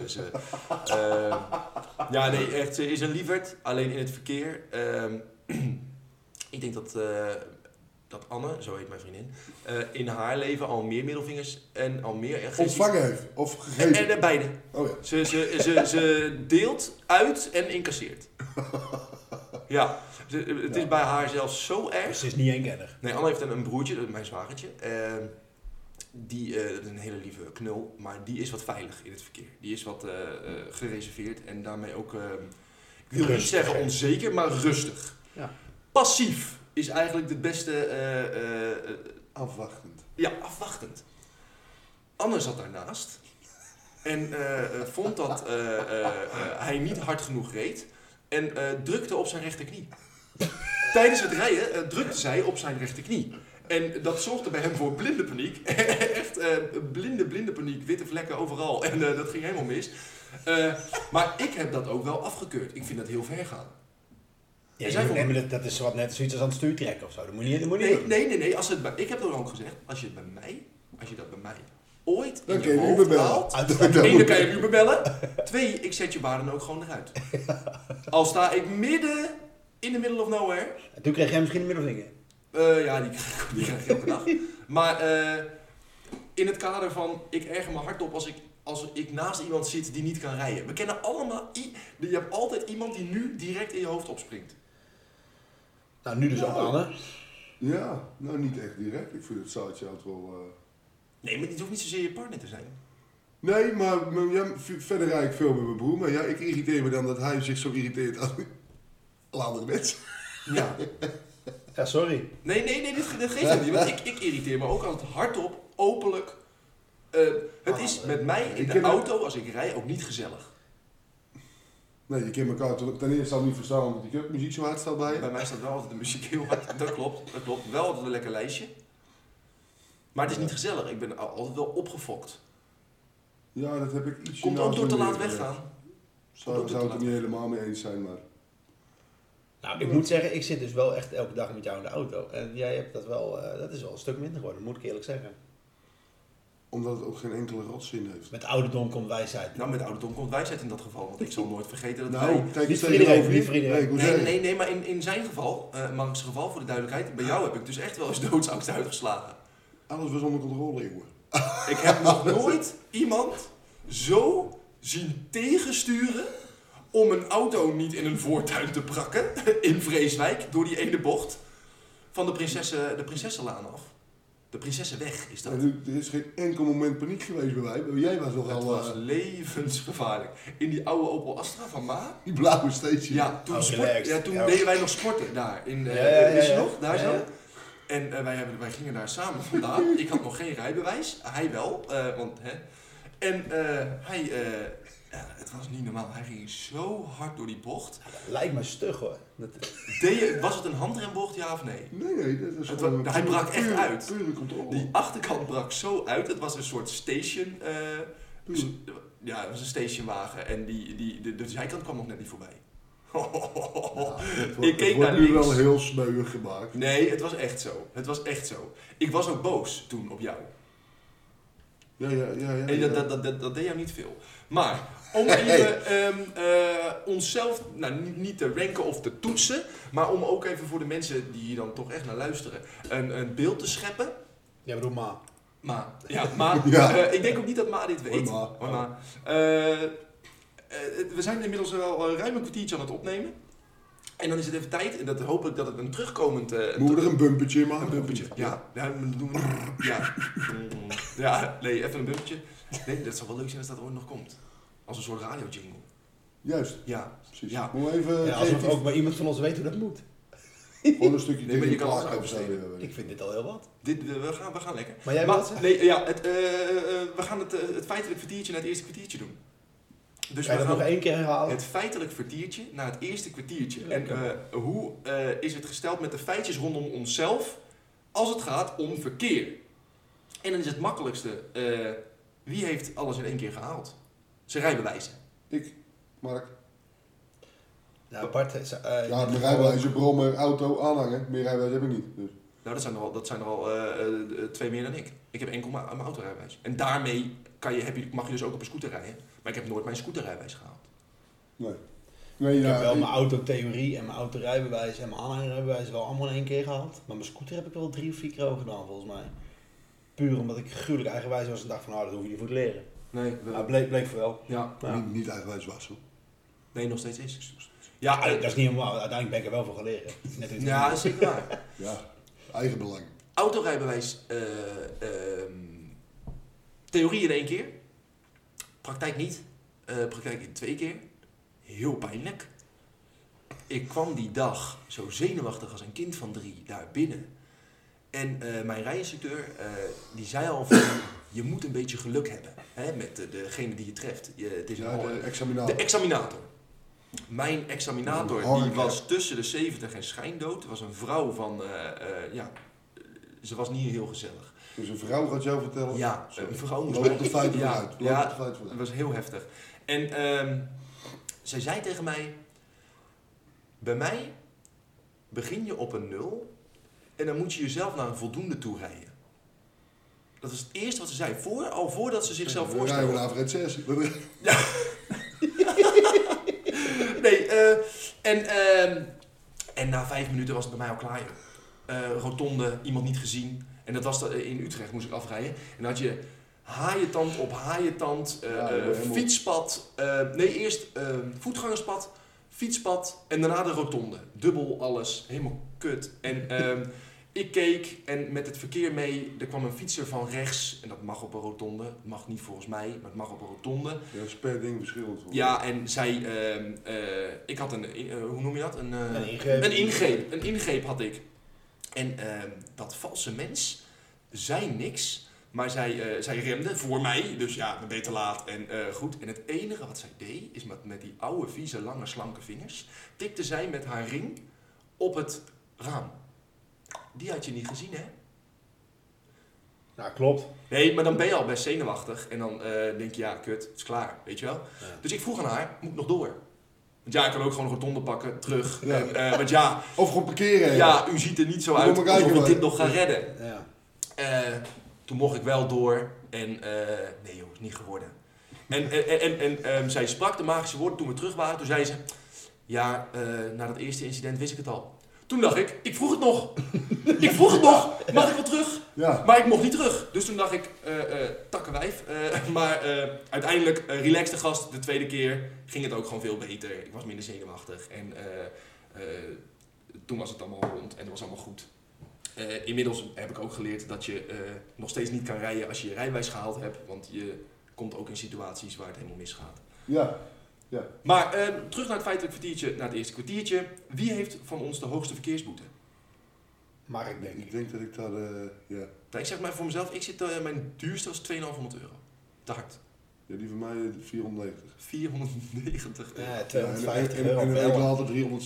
ja, nee, echt, ze is een lieverd. Alleen in het verkeer. Ik denk dat Anne, zo heet mijn vriendin, in haar leven al meer middelvingers en al meer agressie...
Ontvangen heeft, of gegeven.
En beide.
Oh ja.
Ze deelt uit en incasseert. Ja, het is bij haar zelfs zo erg.
Dus het is niet één kenner.
Nee, Anne heeft een broertje, dat is mijn zwagertje. Dat is een hele lieve knul, maar die is wat veilig in het verkeer. Die is wat gereserveerd en daarmee ook, ik wil niet zeggen onzeker, maar rustig.
Ja.
Passief is eigenlijk het beste...
Afwachtend.
Ja, afwachtend. Anne zat daarnaast en vond dat hij niet hard genoeg reed en drukte op zijn rechterknie. Tijdens het rijden drukte zij op zijn rechterknie. En dat zorgde bij hem voor blinde paniek. Echt blinde paniek, witte vlekken overal. En dat ging helemaal mis. Maar ik heb dat ook wel afgekeurd. Ik vind dat heel ver gaan.
Ja, maar dat is wat net zoiets als aan het stuur trekken of zo. Dat moet je niet doen.
Nee. Ik heb er ook gezegd, als je dat bij mij ooit
Dan
in
kun je
je
Uber
hoofd
bellen.
haalt.
Dan
1, dan kan je Uber bellen. 2, ik zet je baren ook gewoon eruit. Al sta ik midden in the middle of nowhere.
En toen kreeg jij misschien een middelvinger.
Ja, die krijg je elke dag. Maar in het kader van, ik erger me hard op als ik naast iemand zit die niet kan rijden. We kennen allemaal, je hebt altijd iemand die nu direct in je hoofd opspringt.
Nou, nu dus ook Anne.
Ja, nou niet echt direct. Ik vind het zaadje altijd wel...
Nee, maar het hoeft niet zozeer je partner te zijn.
Nee, maar ja, verder rijd ik veel met mijn broer. Maar ja, ik irriteer me dan dat hij zich zo irriteert aan andere mensen.
Ja.
Ja, sorry.
Nee, dit geeft niet. Want ik irriteer me ook altijd hardop, openlijk. Het is met mij in de auto, als ik rij, ook niet gezellig.
Nee, je kent elkaar ten eerste al niet verstaan omdat die muziek zo hard staat bij je.
Bij mij staat wel altijd de muziek heel hard. Dat klopt. Wel altijd een lekker lijstje. Maar het is niet gezellig. Ik ben altijd wel opgefokt.
Ja, dat heb ik iets.
Komt ook door te laat weggaan.
Zou het er niet helemaal mee eens zijn, maar...
Nou, ik moet zeggen, ik zit dus wel echt elke dag met jou in de auto. En jij hebt dat wel, dat is wel een stuk minder geworden, moet ik eerlijk zeggen.
Omdat het ook geen enkele rotzin heeft.
Met ouderdom komt wijsheid.
Nou, met ouderdom komt wijsheid in dat geval. Want ik zal nooit vergeten dat
Nou,
hij...
kijk eens
Niet
tegenover
voor iedereen, niet voor iedereen.
Nee, maar in zijn geval, Mark's geval voor de duidelijkheid, bij jou heb ik dus echt wel eens doodsangst uitgeslagen.
Alles was onder controle, jongen.
Ik heb nog nooit iemand zo zien tegensturen om een auto niet in een voortuin te prakken in Vreeswijk door die ene bocht van de Prinsessenlaan af. De Prinsessenweg is dat.
Er is geen enkel moment paniek geweest bij mij. Jij was nog
Het
al...
was levensgevaarlijk. In die oude Opel Astra van Ma.
Die blauwe station.
Ja, toen deden wij nog sporten daar. Wist je nog? Daar zo. En wij gingen daar samen vandaan. Ik had nog geen rijbewijs. Hij wel. Het was niet normaal. Hij ging zo hard door die bocht.
Lijkt me stug hoor.
Was het een handrembocht, ja of nee?
Nee, dat is gewoon...
Hij brak echt uit.
Pure controle.
Die achterkant brak zo uit. Het was een soort station. Ja, het was een stationwagen. En de zijkant kwam nog net niet voorbij. Ik keek naar links.
Het wordt nu wel heel smeuig gemaakt.
Nee, het was echt zo. Ik was ook boos toen op jou.
Ja.
En dat deed jou niet veel. Maar om even onszelf, niet te ranken of te toetsen, maar om ook even voor de mensen die hier dan toch echt naar luisteren, een beeld te scheppen.
Ja, bedoel maar.
Maar
Ja.
ik denk ook niet dat Ma dit weet.
Hoi, Ma.
Hoi, Ma. We zijn inmiddels wel ruim een kwartiertje aan het opnemen. En dan is het even tijd, en dat hoop ik dat het een terugkomend...
Moet er een bumpertje maken?
Een bumpertje, ja. Nee, even een bumpertje. Nee, dat zou wel leuk zijn als dat ooit nog komt. Als een soort radio-jingle.
Juist,
Ja.
precies.
Ja.
Moet even
Ja, alsof ook maar iemand van ons weet hoe dat moet.
gewoon een stukje
Nee, maar je
tegen
kan
de
alles
plaat zou
uitbesteden.
je-
Ik vind dit al heel wat.
We gaan lekker.
Maar jij wil wat zeggen?
Nee, ja, we gaan het feitelijk kwartiertje naar het eerste kwartiertje doen. Dus
Ga je
we
dat
gaan
nog 1 keer herhalen?
het feitelijk kwartiertje naar het eerste kwartiertje.
Lekker.
En hoe is het gesteld met de feitjes rondom onszelf als het gaat om verkeer? En dan is het makkelijkste, wie heeft alles in 1 keer gehaald? Zijn rijbewijzen.
Ik, Mark.
Nou, Bart,
Ja, mijn rijbewijs, brommer, auto, aanhangen. Meer rijbewijs heb ik niet. Dus.
Nou, dat zijn er al 2 meer dan ik. Ik heb enkel mijn autorijbewijs. En daarmee mag je dus ook op een scooter rijden. Maar ik heb nooit mijn scooterrijbewijs gehaald.
Nee,
ik
ja,
heb wel mijn autotheorie en mijn autorijbewijs en mijn aanhangerrijbewijs wel allemaal in 1 keer gehaald. Maar mijn scooter heb ik wel 3 of 4 keer over gedaan volgens mij. Puur omdat ik gruwelijk eigenwijs was en dacht van, dat hoef je niet voor te leren.
Nee,
Maar bleek voor wel.
ja.
Ja.
niet eigenwijs was hoor.
Nee, nog steeds is.
Ja,
Ja,
dat is niet helemaal. Uiteindelijk ben ik er wel voor geleren. Net iets
ja, dat is zeker waar.
Ja, eigen belang.
Autorijbewijs, theorie in 1 keer. Praktijk niet. Praktijk in 2 keer. Heel pijnlijk. Ik kwam die dag zo zenuwachtig als een kind van 3 daar binnen. En mijn rijinstructeur, die zei al van, je moet een beetje geluk hebben. Hè, met degene die je treft. Het is
Ja,
een,
de examinator.
de examinator. Mijn examinator,
Hark,
die
hè?
was tussen de 70 en schijndood. Het was een vrouw van, ze was niet heel gezellig.
Dus een vrouw gaat jou vertellen.
Ja,
Sorry.
een vrouw moest
Loop
mij-
op de feiten
ja,
vooruit. Loop
ja,
op de feiten
dat
vooruit.
was heel heftig. En zij zei tegen mij, bij mij begin je op een 0 en dan moet je jezelf naar een voldoende toe rijden. Dat is het eerste wat ze zei, voordat ze zichzelf
Dan rijden we
voorstelde.
naar Fred 6.
Nee, en na 5 minuten was het bij mij al klaar. Joh. Rotonde, iemand niet gezien. En dat was in Utrecht, moest ik afrijden. En dan had je haaientand op haaientand,
helemaal.
fietspad. Eerst voetgangerspad, fietspad en daarna de rotonde. Dubbel alles, helemaal kut. En ik keek en met het verkeer mee, er kwam een fietser van rechts. En dat mag op een rotonde. Het mag niet volgens mij, maar het mag op een rotonde.
Ja, is per ding verschillend.
Ja, en zij, ik had hoe noem je dat?
Een ingreep.
Een ingreep had ik. En dat valse mens zei niks, maar zij remde voor mij, dus ja, ik ben beter laat en goed. En het enige wat zij deed, is met die oude, vieze, lange, slanke vingers, tikte zij met haar ring op het raam. Die had je niet gezien, hè?
Nou, klopt.
Nee, maar dan ben je al best zenuwachtig en dan denk je, ja, kut, het is klaar, weet je wel.
Ja.
Dus ik vroeg aan haar, moet ik nog door? Want ja, ik kan ook gewoon een rotonde pakken, terug.
Ja.
En, want ja,
Of gewoon parkeren.
ja, u ziet er niet zo
Moet
uit
maar
alsof
kijken,
ik dit
maar.
nog ga redden.
Ja.
Toen mocht ik wel door en nee joh, is niet geworden. En zij sprak de magische woorden toen we terug waren. Toen zei ze, ja, na dat eerste incident wist ik het al. Toen dacht ik vroeg het nog. Ik vroeg het nog, mag ik wel terug?
Ja.
Maar ik mocht niet terug. Dus toen dacht ik, takkenwijf. Maar uiteindelijk, relaxed de gast, de tweede keer ging het ook gewoon veel beter. Ik was minder zenuwachtig en toen was het allemaal rond en het was allemaal goed. Inmiddels heb ik ook geleerd dat je nog steeds niet kan rijden als je je rijbewijs gehaald hebt. Want je komt ook in situaties waar het helemaal misgaat.
Ja.
Maar terug naar het feitelijk kwartiertje, naar het eerste kwartiertje. Wie heeft van ons de hoogste verkeersboete?
Mark, denk ik.
Ik denk dat ik dat, ja.
Nou, ik zeg maar voor mezelf, mijn duurste was €2.500. Te hard.
Ja, die van mij 490.
490 euro.
Ja, €250
en een week
per
later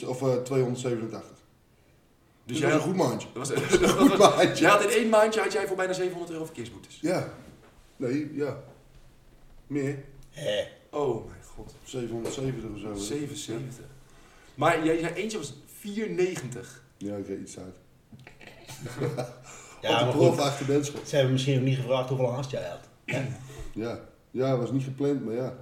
287.
Dus
Dat is een goed maandje.
dat
Goed maandje.
jij had in 1 maandje had jij voor bijna €700 verkeersboetes.
Ja. Nee, ja. Meer.
Hè.
Oh mijn god.
770 of zo.
770. Maar jij zei eentje was 490.
Ja, ik reed iets uit.
Ja,
Op
maar
de prof
goed.
achter Benschop.
Ze hebben misschien ook niet gevraagd hoeveel haast jij had.
Ja, was niet gepland, maar ja.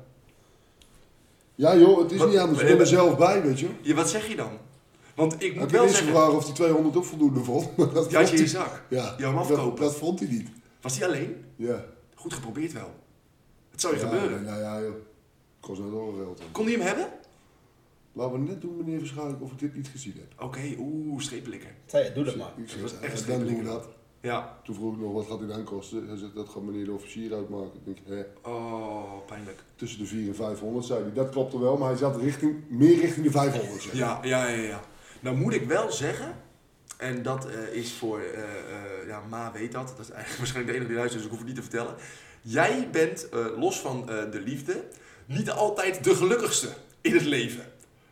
Ja joh, het is
Wat-
niet anders. Ik
maar-
ben er zelf bij, weet je.
Ja, wat zeg je dan? Want ik
Ik
moet
heb
wel
eerst
zeggen...
gevraagd of hij 200 ook voldoende vond. Maar dat
Die had je in je
vond
zak.
hij, ja,
Je wou hem afkopen.
dat vond hij niet.
Was die alleen?
Ja.
Goed geprobeerd wel. Het zou je
Ja,
gebeuren.
Nou ja joh. Kost net al geld. Hè.
Kon hij hem hebben?
Laten we net doen, meneer Verschuik, of ik dit niet gezien heb.
Oké, streepelikker.
Zei je, doe dat maar.
Ik zeg,
Dat was echt
dan doen we
schrikkelijk.
dat.
Ja.
Toen vroeg ik nog, wat gaat dit dan kosten? Hij zegt, dat gaat meneer de officier uitmaken. Ik denk,
Oh, pijnlijk.
tussen de 400 en 500, zei hij. Dat klopte wel, maar hij zat meer richting de 500. Zeg.
Ja. Nou moet ik wel zeggen, en dat is voor, Ma weet dat. Dat is eigenlijk waarschijnlijk de enige die luistert, dus ik hoef het niet te vertellen. Jij bent, los van de liefde, niet altijd de gelukkigste in het leven.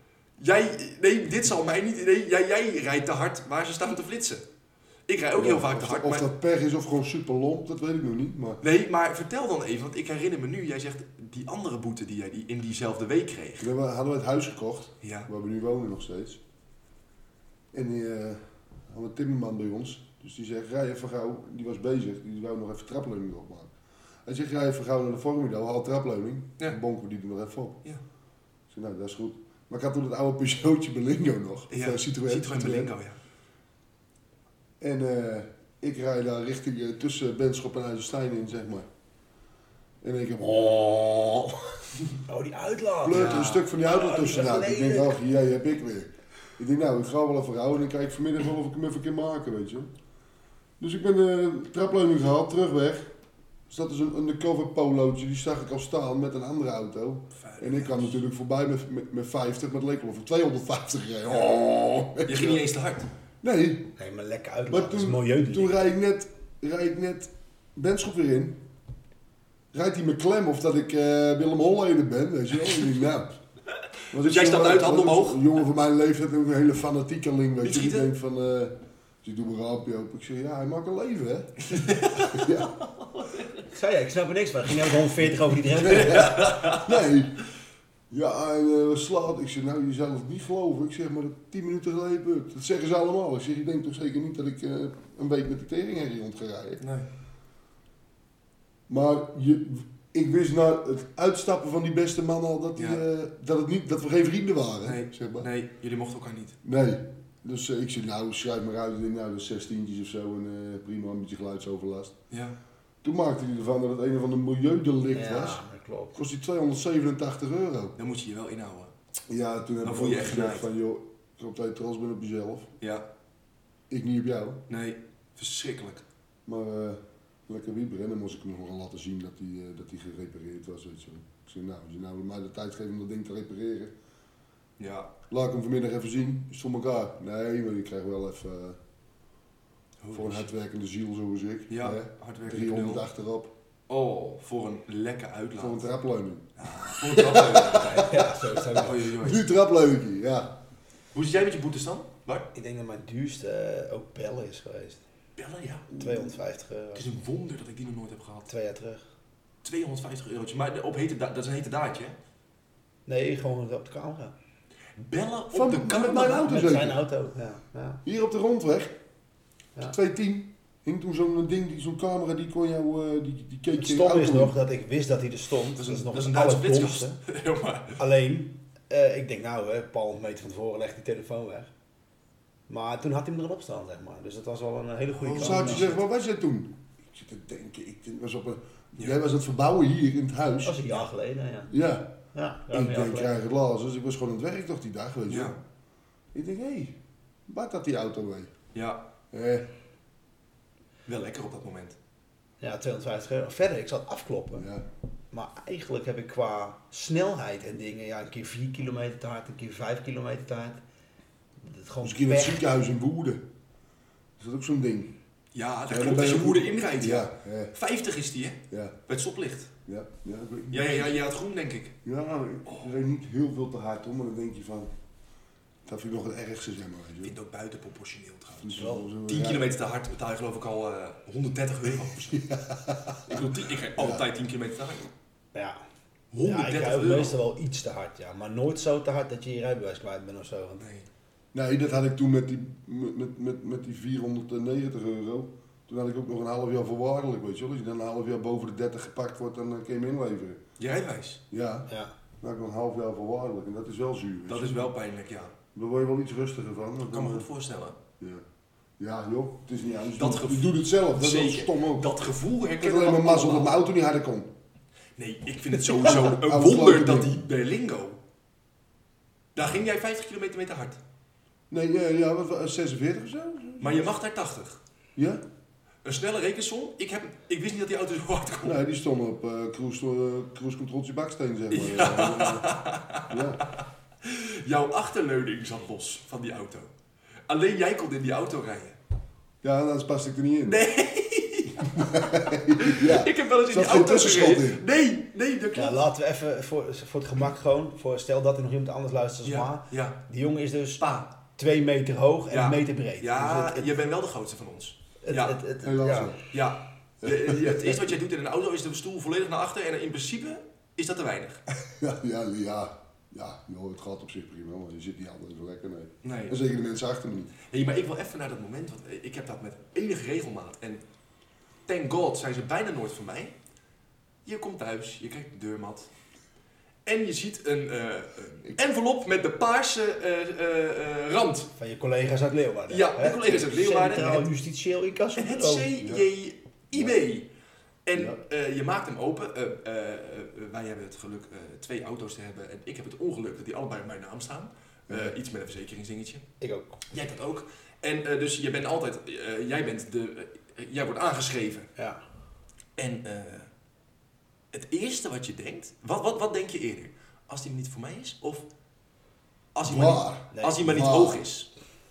Dit zal mij niet... Nee, jij rijdt te hard waar ze staan te flitsen. Ik rijd ook heel vaak te hard.
Of
maar...
dat pech is of gewoon super lomp, dat weet ik nog niet. Maar
Nee, maar vertel dan even, want ik herinner me nu, jij zegt die andere boete die jij in diezelfde week kreeg.
toen hadden we het huis gekocht,
Ja.
waar we nu wonen nog steeds. En die hadden we een timmerman bij ons. Dus die zegt, rij even gauw. Die was bezig, die wou nog even trapleuning opmaken. Hij zegt, rij even gauw naar de Formido, haal trapleuning.
Ja.
Dan bonken we die er nog even op.
Ja.
Ik zeg, nou dat is goed. Maar ik had toen het oude Peugeotje Berlingo nog.
Ja,
Of Citroën.
Berlingo, ja.
En ik rijd daar richting tussen Benschop en IJsselstein in, zeg maar. En ik heb
Oh, die uitlaat.
pleurt
Ja.
een stuk van die auto
Oh, die
tussenuit. Ik denk,
lelijk.
ach, jij heb ik weer. Ik denk, nou, ik ga wel even houden en dan kijk ik vanmiddag wel of ik hem even kan maken, weet je. Dus ik ben de trapleuning gehaald, terug weg. Dus dat is een undercover polootje, die zag ik al staan met een andere auto. En ik kwam natuurlijk voorbij met 50, maar het leek wel of ik 250 reed. Oh,
Je ging niet eens te hard.
Nee,
Nee, maar lekker uitlaat.
maar
Dat is
toen
milieu.
rijd ik net Benschop weer in. Rijdt hij me klem of dat ik Willem Holleder ben, weet je wel. Ik denk, nou.
Dus jij stapt uit, hand omhoog?
Een jongen van mijn leeftijd, ook een hele fanatiekeling, weet
Niet
je. Die
schieten?
denkt van, dus ik doe mijn raampje open. Ik zeg, ja, hij maakt een leven, hè. Ja.
Ik zei ik snap er niks van. Ging nou 140 over die drempel.
Nee. Ja, en slaat. Ik zeg, nou, je zou het niet geloven. Ik zeg, maar 10 minuten geleden gebeurd. Dat zeggen ze allemaal. Ik zeg, je denkt toch zeker niet dat ik een week met de teringherrie rond ga rijden.
Nee.
Maar ik wist na het uitstappen van die beste man al dat, dat we geen vrienden waren.
Nee,
Zeg maar.
nee, jullie mochten elkaar niet.
Nee. Dus ik zeg, nou, schrijf maar uit. Ik denk, nou, dat is 16'tjes of zo. En prima, een beetje geluidsoverlast.
Ja.
Toen maakte hij ervan dat het een of ander milieudelict was.
Ja, dat klopt.
Kost die €287.
Dan moet je je wel inhouden.
Ja, toen heb
Dan
ik
voel je
ook
echt
gezegd
genaaid.
van, joh, ik hoop dat je trots bent op jezelf.
Ja.
Ik niet op jou.
Nee, verschrikkelijk.
Maar lekker wieberen. En dan moest ik hem nog wel laten zien dat hij gerepareerd was. Weet je wel. Ik zei, nou, als je nou mij de tijd geeft om dat ding te repareren.
Ja.
Laat ik hem vanmiddag even zien. Is het voor elkaar? Nee, maar je krijgt wel even voor een hardwerkende ziel zoals ik.
Ja,
hè,
hardwerkende
300
knul.
achterop.
Oh, voor een lekker uitlaat.
Voor een trapleuning.
Voor een trapleuning.
Ja, zo.
Oei, oei.
Nu trapleuningje, ja.
Hoe zit jij met je boetes dan? Bart?
Ik denk dat mijn duurste ook bellen is geweest.
Bellen, ja.
€250.
Het is een wonder dat ik die nog nooit heb gehad.
2 jaar terug.
€250. Maar op dat is een hete daadje, hè?
Nee, gewoon op de camera.
Bellen op
Van-
de
met
camera.
mijn auto.
Met
zeker?
zijn auto, ja.
Hier op de rondweg,
Ja.
210, hing toen zo'n ding, zo'n camera die kon jou, die keek
Het
je
stom is
auto.
nog dat ik wist dat hij er stond.
Dat is
nog
een, dat is een
het
Duitse
allerdomste.
flitskast. Ja, maar.
Alleen, ik denk nou, een paar honderd meter van tevoren legt die telefoon weg. Maar toen had hij hem erop staan, zeg maar. Dus dat was wel een hele goede
Dan zou je
camera.
zeggen, waar was jij toen? Ik zit te denken, was op een,
Ja.
jij was het verbouwen hier in het
Dat
huis.
was een jaar geleden, ja.
Ja,
Ja,
ik denk, krijg het laatst. Dus ik was gewoon aan het werk toch die dag, weet je.
Ja.
Ik denk, hé, Bart had die auto mee.
Ja, wel lekker op dat moment.
Ja, €250. Verder, ik zal het afkloppen.
Ja.
Maar eigenlijk heb ik qua snelheid en dingen, ja, een keer 4 kilometer te hard, een keer 5 kilometer te hard. Het gewoon
Dus ik in het
pech.
ziekenhuis in Woerden. Is dat ook zo'n ding?
Ja, dat
Ja,
klopt.
dan ben
Als je
je
moeder
goed.
inrijdt. Ja.
Ja,
50 is die, hè?
ja,
Bij het stoplicht.
ja, ik weet niet.
Ja, je had groen, denk ik.
Ja, ik reed niet heel veel te hard om, maar dan denk je van, dat vind ik nog het ergste, zeg maar. Weet
Ik
je.
vind het ook buitenproportioneel trouwens.
Dus wel
10 kilometer te hard betaal je geloof ik al €130 of zo. Ik bedoel, ik rijd altijd 10 kilometer te hard.
Ja. Ja, ik
€130.
rijd meestal wel iets te hard, ja. Maar nooit zo te hard dat je je rijbewijs kwijt bent of zo. Want
Nee.
Nee, dat had ik toen met die €490. Toen had ik ook nog een half jaar voorwaardelijk, weet je wel. Als je dan een half jaar boven de 30 gepakt wordt, dan kun je hem inleveren.
Je rijbewijs.
Ja,
Ja.
dan had ik nog een half jaar voorwaardelijk en dat is wel zuur.
Dat is wel pijnlijk, ja.
Daar word je wel iets rustiger van.
Ik kan me goed voorstellen.
Ja. Ja, joh, het is niet anders.
Dat
Je
gevoel-
doet het zelf, dat is
Zeker.
wel stom ook.
Dat gevoel
Ik
herken
heb
ik
alleen maar mazzel dat
allemaal.
mijn auto niet harder kon.
Nee, ik vind het sowieso een
Oude
wonder
klote
dat
ding.
die Berlingo... Daar ging jij 50 km te hard.
Nee, ja, wat was 46 of zo?
Maar je mag daar 80.
Ja?
Een snelle rekensom. Ik wist niet dat die auto zo hard kon.
Nee, die stonden op cruise controltje baksteen, zeg maar. Ja.
Jouw achterleuning zat los van die auto. Alleen jij kon in die auto rijden.
Ja, anders paste ik er niet in.
Nee,
Ja.
ik heb wel eens in
Zat
die
geen
auto
tussenschot
gereden. Nee, dat
Ja,
klopt.
laten we even voor het gemak gewoon, stel dat er nog iemand anders luistert als Ma.
Ja.
Die jongen is dus
Pa.
2 meter hoog en
Ja.
1 meter breed.
Ja,
Dus
je bent wel de grootste van ons.
het-
ja.
Helaas.
ja.
Ja. Het eerste wat jij doet in een auto is de stoel volledig naar achter. En in principe is dat te weinig.
Ja, joh, het gaat op zich prima, maar je zit niet altijd zo lekker, nee.
Nee.
En zeker de mensen achter me niet.
Hey, maar ik wil even naar dat moment, want ik heb dat met enige regelmaat. En thank god zijn ze bijna nooit van mij. Je komt thuis, je kijkt de deurmat. En je ziet een envelop met de paarse rand.
Van je collega's uit Leeuwarden.
Ja,
hè?
de collega's uit Leeuwarden.
Centraal
Het-
Justitieel Incasso.
Het
Bureau.
CJIB. En
Ja.
je maakt hem open. Wij hebben het geluk 2 auto's te hebben. En ik heb het ongeluk dat die allebei op mijn naam staan. Iets met een verzekeringsdingetje.
Ik ook.
Jij hebt dat ook. En dus je bent altijd, jij wordt aangeschreven.
Ja.
En het eerste wat je denkt, wat denk je eerder? Als die niet voor mij is? Of als hij maar niet,
Waar?
Nee.
als hij maar niet
Waar?
hoog is?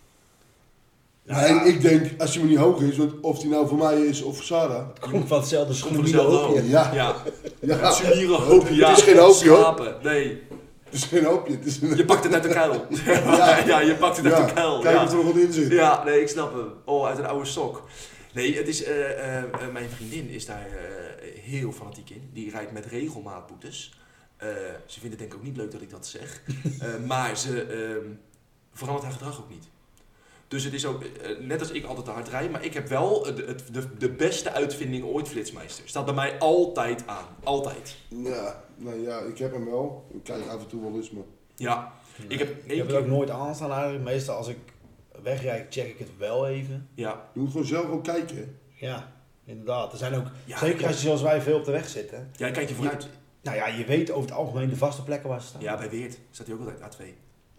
Nou
Nee,
ja,
ik denk, als hij me niet hoog is, want of die nou voor mij is of voor Sarah.
het komt van hetzelfde
Komt van
schroeven.
dezelfde hoop.
Ja.
Ja.
Ja,
Het suniere hoopje. Ja.
Het is geen hoopje, hoor.
Schapen. Nee,
het is geen hoopje. Het is een...
je pakt het uit de kuil. Ja, je pakt het uit de kuil.
Kijk
Ja.
of er nog wat in zit.
Ja, nee, ik snap hem. Oh, uit een oude sok. Nee, het is, mijn vriendin is daar heel fanatiek in. Die rijdt met regelmaat boetes. Ze vindt het denk ik ook niet leuk dat ik dat zeg. Maar ze verandert haar gedrag ook niet. Dus het is ook, net als ik altijd te hard rijd, maar ik heb wel de beste uitvinding ooit, Flitsmeister. Staat bij mij altijd aan. Altijd.
Ja, nou ja, ik heb hem wel. Ik kijk af en toe wel eens, maar...
Ja. Ik heb
Ik
één
heb het ook
keer...
nooit aanstaan eigenlijk. Meestal als ik wegrijd, check ik het wel even.
Ja.
Je moet gewoon zelf ook kijken. Hè.
Ja, inderdaad. Er zijn ook,
Ja,
zeker als je zoals wij veel op de weg zit. Hè.
Ja, kijk je vooruit.
Nou ja, je weet over het algemeen de vaste plekken waar ze staan.
Ja, bij Weert staat hij ook altijd A2.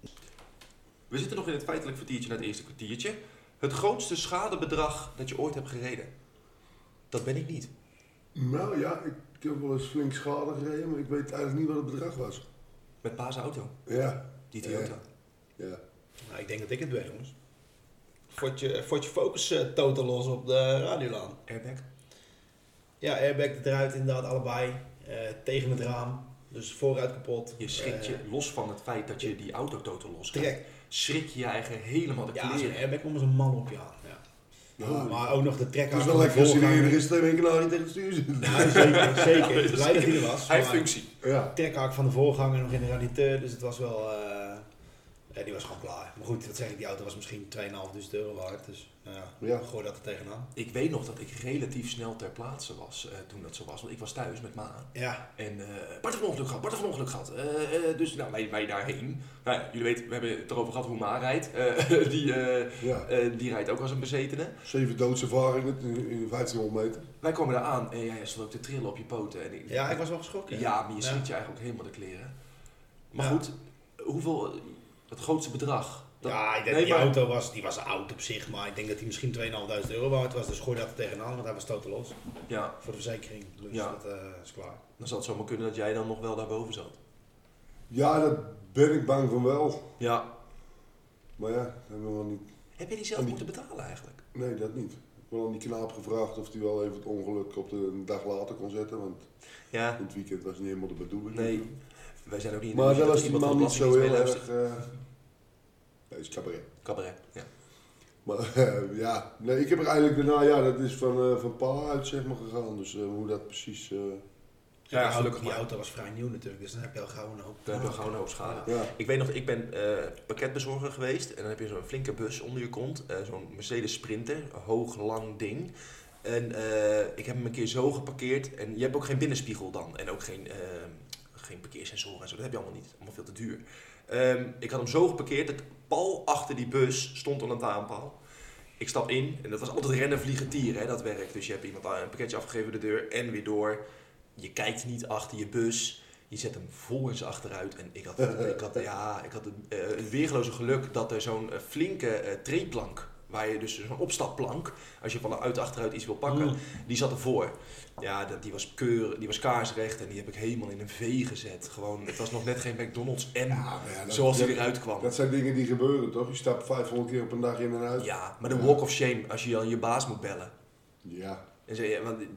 We zitten nog in het feitelijk kwartiertje naar het eerste kwartiertje. Het grootste schadebedrag dat je ooit hebt gereden. Dat ben ik niet.
Nou ja, ik heb wel eens flink schade gereden, maar ik weet eigenlijk niet wat het bedrag was.
Met pa's auto.
Ja,
Die Toyota.
ja.
Nou, ik denk dat ik het weet, jongens. Fortje Focus totaal los op de radiolaan.
Airbag.
Ja, airbag eruit inderdaad, allebei. Tegen het raam. Dus vooruit kapot.
Je schrikt je, los van het feit dat je die auto totaal los krijgt,
Trek.
schrik je je eigen helemaal de
Ja, zo'n
kleren.
airbag komt als een man op je aan. Ja.
Ja,
Maar ook nog de
het
trekker.
is wel lekker als je er is tegen een kanaal niet tegen het stuur zit.
Ja, zeker. Zeker. Blij dat hij er was.
Hij heeft
Maar
functie.
Ja.
trekhaak van de voorganger nog in de radiateur. Dus het was wel... ja, die was gewoon klaar. Maar goed, dat zeg ik, die auto was misschien 2.500 euro waard. Dus nou ja,
Ja.
gooi dat er tegenaan.
Ik weet nog dat ik relatief snel ter plaatse was toen dat zo was. Want ik was thuis met Ma.
Ja.
En Bart heeft een ongeluk gehad. Dus nou, wij daarheen. Nou ja, jullie weten, we hebben het erover gehad hoe Ma rijdt.
Ja.
Die rijdt ook als een bezetene.
7 doodservaringen in 1500 meter.
Wij komen daar aan en jij stond ook te trillen op je poten. En
Ja, ik was wel geschrokken.
Ja, maar je schrikt je eigenlijk ook helemaal de kleren. Maar
Ja.
goed, hoeveel, het grootste bedrag?
Ja, ik denk
Nee,
die
maar-
auto was oud op zich, maar ik denk dat hij misschien 2.500 euro waard was. Dus gooi dat er tegenaan, want hij was totaal los.
Ja,
Voor de verzekering. Dus
Ja.
dat is klaar.
dan zou het zomaar kunnen dat jij dan nog wel daarboven zat.
Ja, daar ben ik bang van wel.
Ja.
Maar ja, dat hebben we wel niet.
Heb je die zelf moeten betalen eigenlijk?
Nee, dat niet. Ik heb wel aan die knaap gevraagd of hij wel even het ongeluk op een dag later kon zetten. Want
Ja.
in het weekend was niet helemaal de bedoeling.
Nee, wij zijn ook niet in
Maar
de
daar
dat
was die
iemand
man
van
niet
de
zo heel
Belastingdienst
erg...
meeluistert.
Nee, is cabaret.
Cabaret, ja.
Maar ja, nee, ik heb er eigenlijk, nou ja, dat is van pa uit zeg maar gegaan. Dus hoe dat precies...
Ja,
die
gelukkig
die
maar.
auto was vrij nieuw natuurlijk, dus dan heb je al gauw een hoop.
Dan heb je gewoon een hoop schade.
ja.
Ik weet nog, ik ben pakketbezorger geweest en dan heb je zo'n flinke bus onder je kont. Zo'n Mercedes Sprinter, hoog, lang ding. En ik heb hem een keer zo geparkeerd. En je hebt ook geen binnenspiegel dan. En ook geen parkeersensoren en zo. Dat heb je allemaal niet. Allemaal veel te duur. Ik had hem zo geparkeerd dat pal achter die bus stond een lantaarnpaal. Ik stap in en dat was altijd rennen, vliegen, tieren, hè, dat werkt. Dus je hebt iemand een pakketje afgegeven de deur en weer door. Je kijkt niet achter je bus. Je zet hem vol in zijn achteruit. En ik had het weergeloze geluk dat er zo'n flinke treeplank, waar je dus zo'n opstapplank, als je vanuit achteruit iets wil pakken, die zat ervoor. Ja, die was kaarsrecht en die heb ik helemaal in een V gezet. Gewoon, het was nog net geen McDonald's zoals die eruit kwam.
Dat zijn dingen die gebeuren, toch? Je stapt 500 keer op een dag in en uit.
Ja, maar de walk of shame als je dan je baas moet bellen.
Ja.
En zei,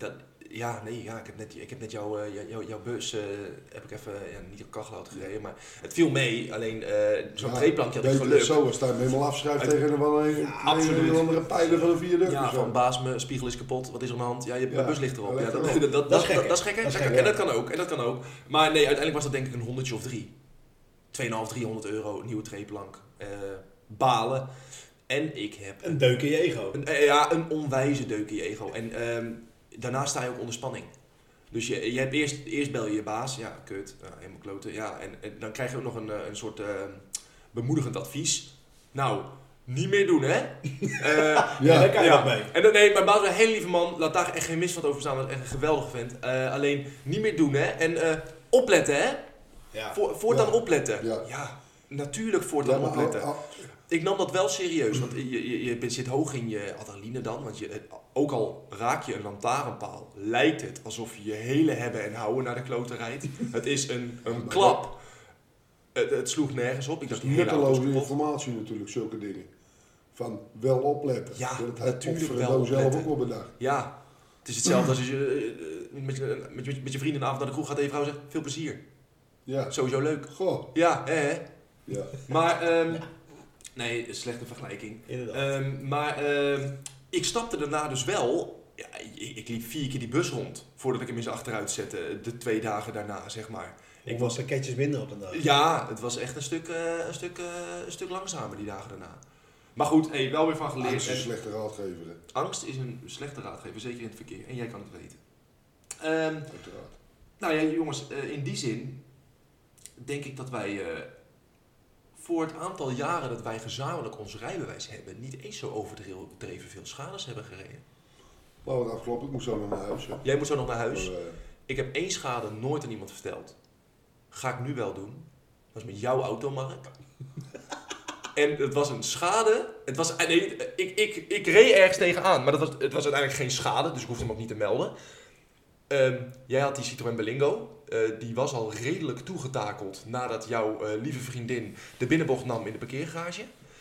ik heb net jouw bus, heb ik even, niet op kachelhout gereden, maar het viel mee. Alleen zo'n treeplankje had ik geluk.
Zo, als hij hem helemaal afschrijft tegen een andere pijler van een viaduct.
Ja, van baas, mijn spiegel is kapot, wat is er aan de hand? Ja, mijn bus ligt erop.
Ja,
dat is gek. En dat kan ook. Maar nee, uiteindelijk was dat denk ik een 100 of 3. 250, €300, nieuwe treeplank. Balen. En ik heb...
Een deuk in je ego.
Een onwijze deuk in je ego. En daarna sta je ook onder spanning. Dus je hebt eerst bel je je baas. Ja, kut. Helemaal kloten. Ja, en dan krijg je ook nog een soort bemoedigend advies. Nou, niet meer doen, hè?
Daar kan je wat mee.
En nee, mijn baas was een hele lieve man. Laat daar echt geen mis van over staan. Dat is echt een geweldige vent. Alleen, niet meer doen, hè? En opletten, hè?
Ja.
Voortaan opletten.
Ja.
Natuurlijk voortaan opletten. Ik nam dat wel serieus, want je zit hoog in je adrenaline dan. Want ook al raak je een lantaarnpaal, lijkt het alsof je je hele hebben en houden naar de kloten rijdt. Het is een klap. Het sloeg nergens op. Ik dacht,
nutteloze informatie natuurlijk, zulke dingen. Van wel opletten.
Ja,
dat
natuurlijk wel
zelf
opletten.
ook wel bedacht.
Ja, het is hetzelfde als je met je vrienden een avond naar de kroeg gaat en je vrouw zegt, veel plezier.
Ja.
Sowieso leuk.
Goh.
Ja, hè?
Ja.
Maar, nee, slechte vergelijking.
Inderdaad.
Ik stapte daarna dus wel. Ja, ik liep 4 keer die bus rond voordat ik hem eens achteruit zette. De 2 dagen daarna, zeg maar.
Ik was pakketjes minder op een dag.
Ja, het was echt een stuk langzamer die dagen daarna. Maar goed, wel weer van geleerd.
Angst is een slechte raadgever. Hè?
Angst is een slechte raadgever, zeker in het verkeer. En jij kan het weten.
Uiteraard.
Nou ja, jongens, in die zin denk ik dat wij voor het aantal jaren dat wij gezamenlijk ons rijbewijs hebben, niet eens zo overdreven veel schades hebben gereden.
Laten we het afkloppen, ik moet zo nog naar huis. Hè?
Jij moet zo nog naar huis.
Maar,
Ik heb 1 schade nooit aan iemand verteld. Ga ik nu wel doen. Dat was met jouw auto, Mark. En het was een schade. Het was, ik reed ergens tegenaan, maar het was uiteindelijk geen schade, dus ik hoefde hem ook niet te melden. Jij had die Citroën Berlingo. Die was al redelijk toegetakeld nadat jouw lieve vriendin de binnenbocht nam in de parkeergarage.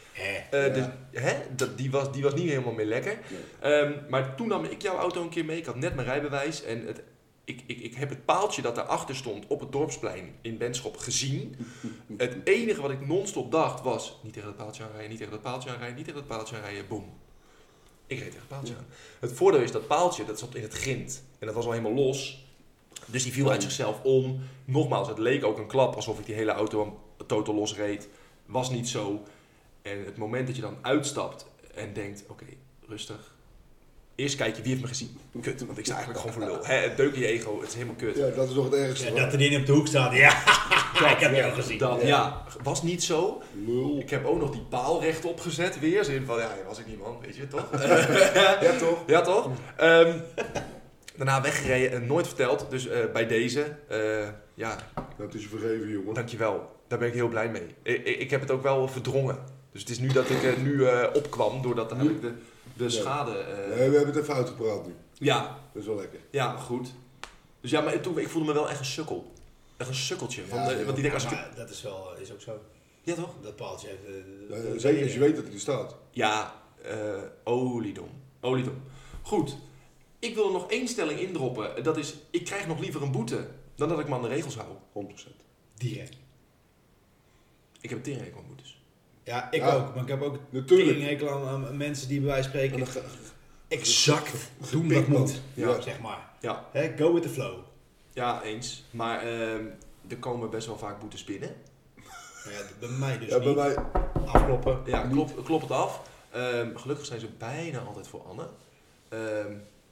Die was niet helemaal meer lekker.
Nee.
Maar toen nam ik jouw auto een keer mee. Ik had net mijn rijbewijs. En ik heb het paaltje dat daarachter stond op het dorpsplein in Benschop gezien. Het enige wat ik non-stop dacht was, niet tegen dat paaltje aanrijden, niet tegen dat paaltje aanrijden, niet tegen dat paaltje aanrijden, boem. Ik reed tegen het paaltje aan. Het voordeel is dat paaltje, dat zat in het grind. En dat was al helemaal los. Dus die viel uit zichzelf om. Nogmaals, het leek ook een klap alsof ik die hele auto totaal los reed. Was niet zo. En het moment dat je dan uitstapt en denkt, oké, rustig. Eerst kijk je, wie heeft me gezien? Kut, want ik sta eigenlijk gewoon voor lul. Het deuk in je ego, het is helemaal kut.
Ja, dat is nog het ergste.
Ja, dat er niet op de hoek staat. Ja, ik heb jou gezien.
Was niet zo.
Lul.
Ik heb ook nog die paal rechtop gezet weer. Zin van, was ik niet man, weet je toch?
Ja, toch?
Ja, toch? Daarna weggereden en nooit verteld. Dus bij deze,
Dat is je vergeven, jongen.
dankjewel. Daar ben ik heel blij mee. Ik heb het ook wel verdrongen. Dus het is nu dat ik nu opkwam, doordat eigenlijk de schade...
Nee, we hebben het even uitgepraat nu.
Ja.
Dat is wel lekker.
Ja, goed. Dus ja, maar toen, ik voelde me wel echt een sukkel. Echt een sukkeltje. Want die denk, als
maar dat is ook zo.
Ja, toch?
Dat paaltje heeft...
Zeker als je weet dat hij er staat.
Ja, oliedom. Goed. Ik wil er nog 1 stelling indroppen. Dat is, ik krijg nog liever een boete dan dat ik me aan de regels hou.
100%.
Direct.
Ik heb een teringhekel aan boetes.
Ja, ik ook. Maar ik heb ook
Natuurlijk.
teringhekel aan mensen die bij wijze van spreken exact doen wat moet.
Ja.
Zeg maar.
Ja.
Go with the flow.
Ja, eens. Maar er komen best wel vaak boetes binnen.
Ja, bij mij dus
Ja,
niet.
bij mij...
Afkloppen.
Ja, klop het af. Gelukkig zijn ze bijna altijd voor Anne.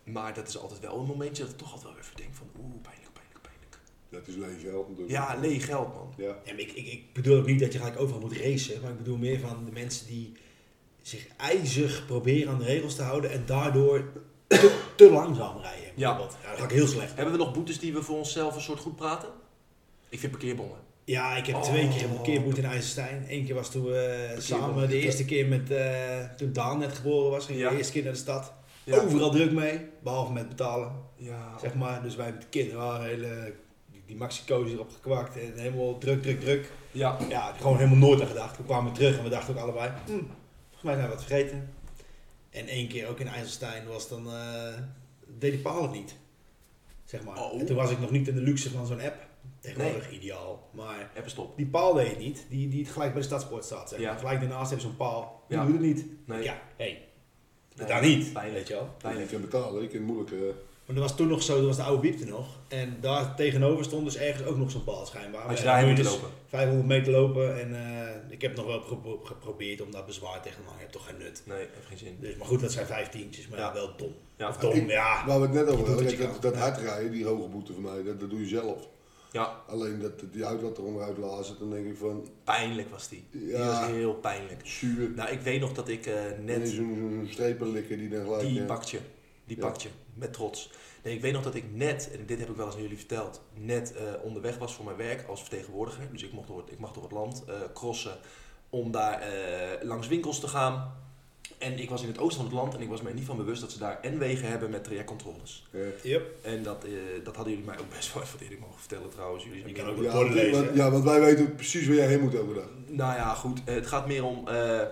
Maar dat is altijd wel een momentje dat ik toch altijd wel even denk van pijnlijk.
Ja, het is leeg geld natuurlijk.
Ja, leeg geld man.
Ja.
Ja, maar ik bedoel ook niet dat je gelijk overal moet racen, maar ik bedoel meer van de mensen die zich ijzig proberen aan de regels te houden en daardoor te langzaam rijden.
Ja.
Dat ga ik heel slecht.
Hebben we nog boetes die we voor onszelf een soort goed praten? Ik vind parkeerbonnen.
Ja, ik heb 2 keer een parkeerboete in IJsselstein. Eén keer was toen we samen de eerste keer met, toen Daan net geboren was, gingen we de eerste keer naar de stad.
Ja.
Overal druk mee, behalve met betalen.
Ja.
Zeg maar, dus wij met de kinderen waren die maxi-cozy erop gekwakt en helemaal druk.
Ja.
Ja, gewoon helemaal nooit aan gedacht. We kwamen terug en we dachten ook allebei, volgens mij zijn we wat vergeten. En 1 keer ook in IJsselstein was dan, deed die paal het niet. Zeg maar.
Oh.
En toen was ik nog niet in de luxe van zo'n app. Tegenwoordig ideaal, maar
Even stop.
die paal deed het niet, die het gelijk bij de Stadspoort staat. Zeg maar.
Ja.
Gelijk daarnaast hebben ze zo'n paal, die
Ja.
doet het niet.
Nee.
Ja,
Nee.
daar niet,
Pijnlijk.
weet je wel.
Ik kan betalen, ik kan het moeilijk.
Maar dat was toen nog zo, dat was de oude Wiepte nog. En daar tegenover stond dus ergens ook nog zo'n paal schijnbaar.
Had je
Maar
daar
dan
moeten
moet je
lopen?
dus 500 meter lopen en ik heb nog wel geprobeerd om daar bezwaar tegen te maken. Je hebt toch geen nut.
Nee, heeft geen zin.
Dus, maar goed, dat zijn 15'tjes, maar
Ja.
wel dom.
Ja.
Of dom, ja.
Waar we het net over
doet
hadden,
wat je
kijk, dat hardrijden, die hoge boete van mij, dat doe je zelf.
Ja,
Alleen dat die uitlaat er onderuit lazen, dan denk ik van,
pijnlijk was die. Die
Ja.
was heel pijnlijk.
zuur.
Nou, ik weet nog dat ik
En
net...
zo'n strepenlikker die dan gelijk...
Die pakt je. Die
Ja.
pakt je. Met trots. Nee, ik weet nog dat ik net, en dit heb ik wel eens aan jullie verteld, net onderweg was voor mijn werk als vertegenwoordiger. Dus ik mag door het land crossen om daar langs winkels te gaan. En ik was in het oosten van het land en ik was mij niet van bewust dat ze daar N-wegen hebben met trajectcontroles.
Yep.
En dat hadden jullie mij ook best wel even eerder mogen vertellen trouwens. Jullie zijn
Ik kan
niet-
ook
Ja,
borden lezen.
want wij weten precies waar jij heen moet elke dag.
Nou ja, goed. Het gaat meer om...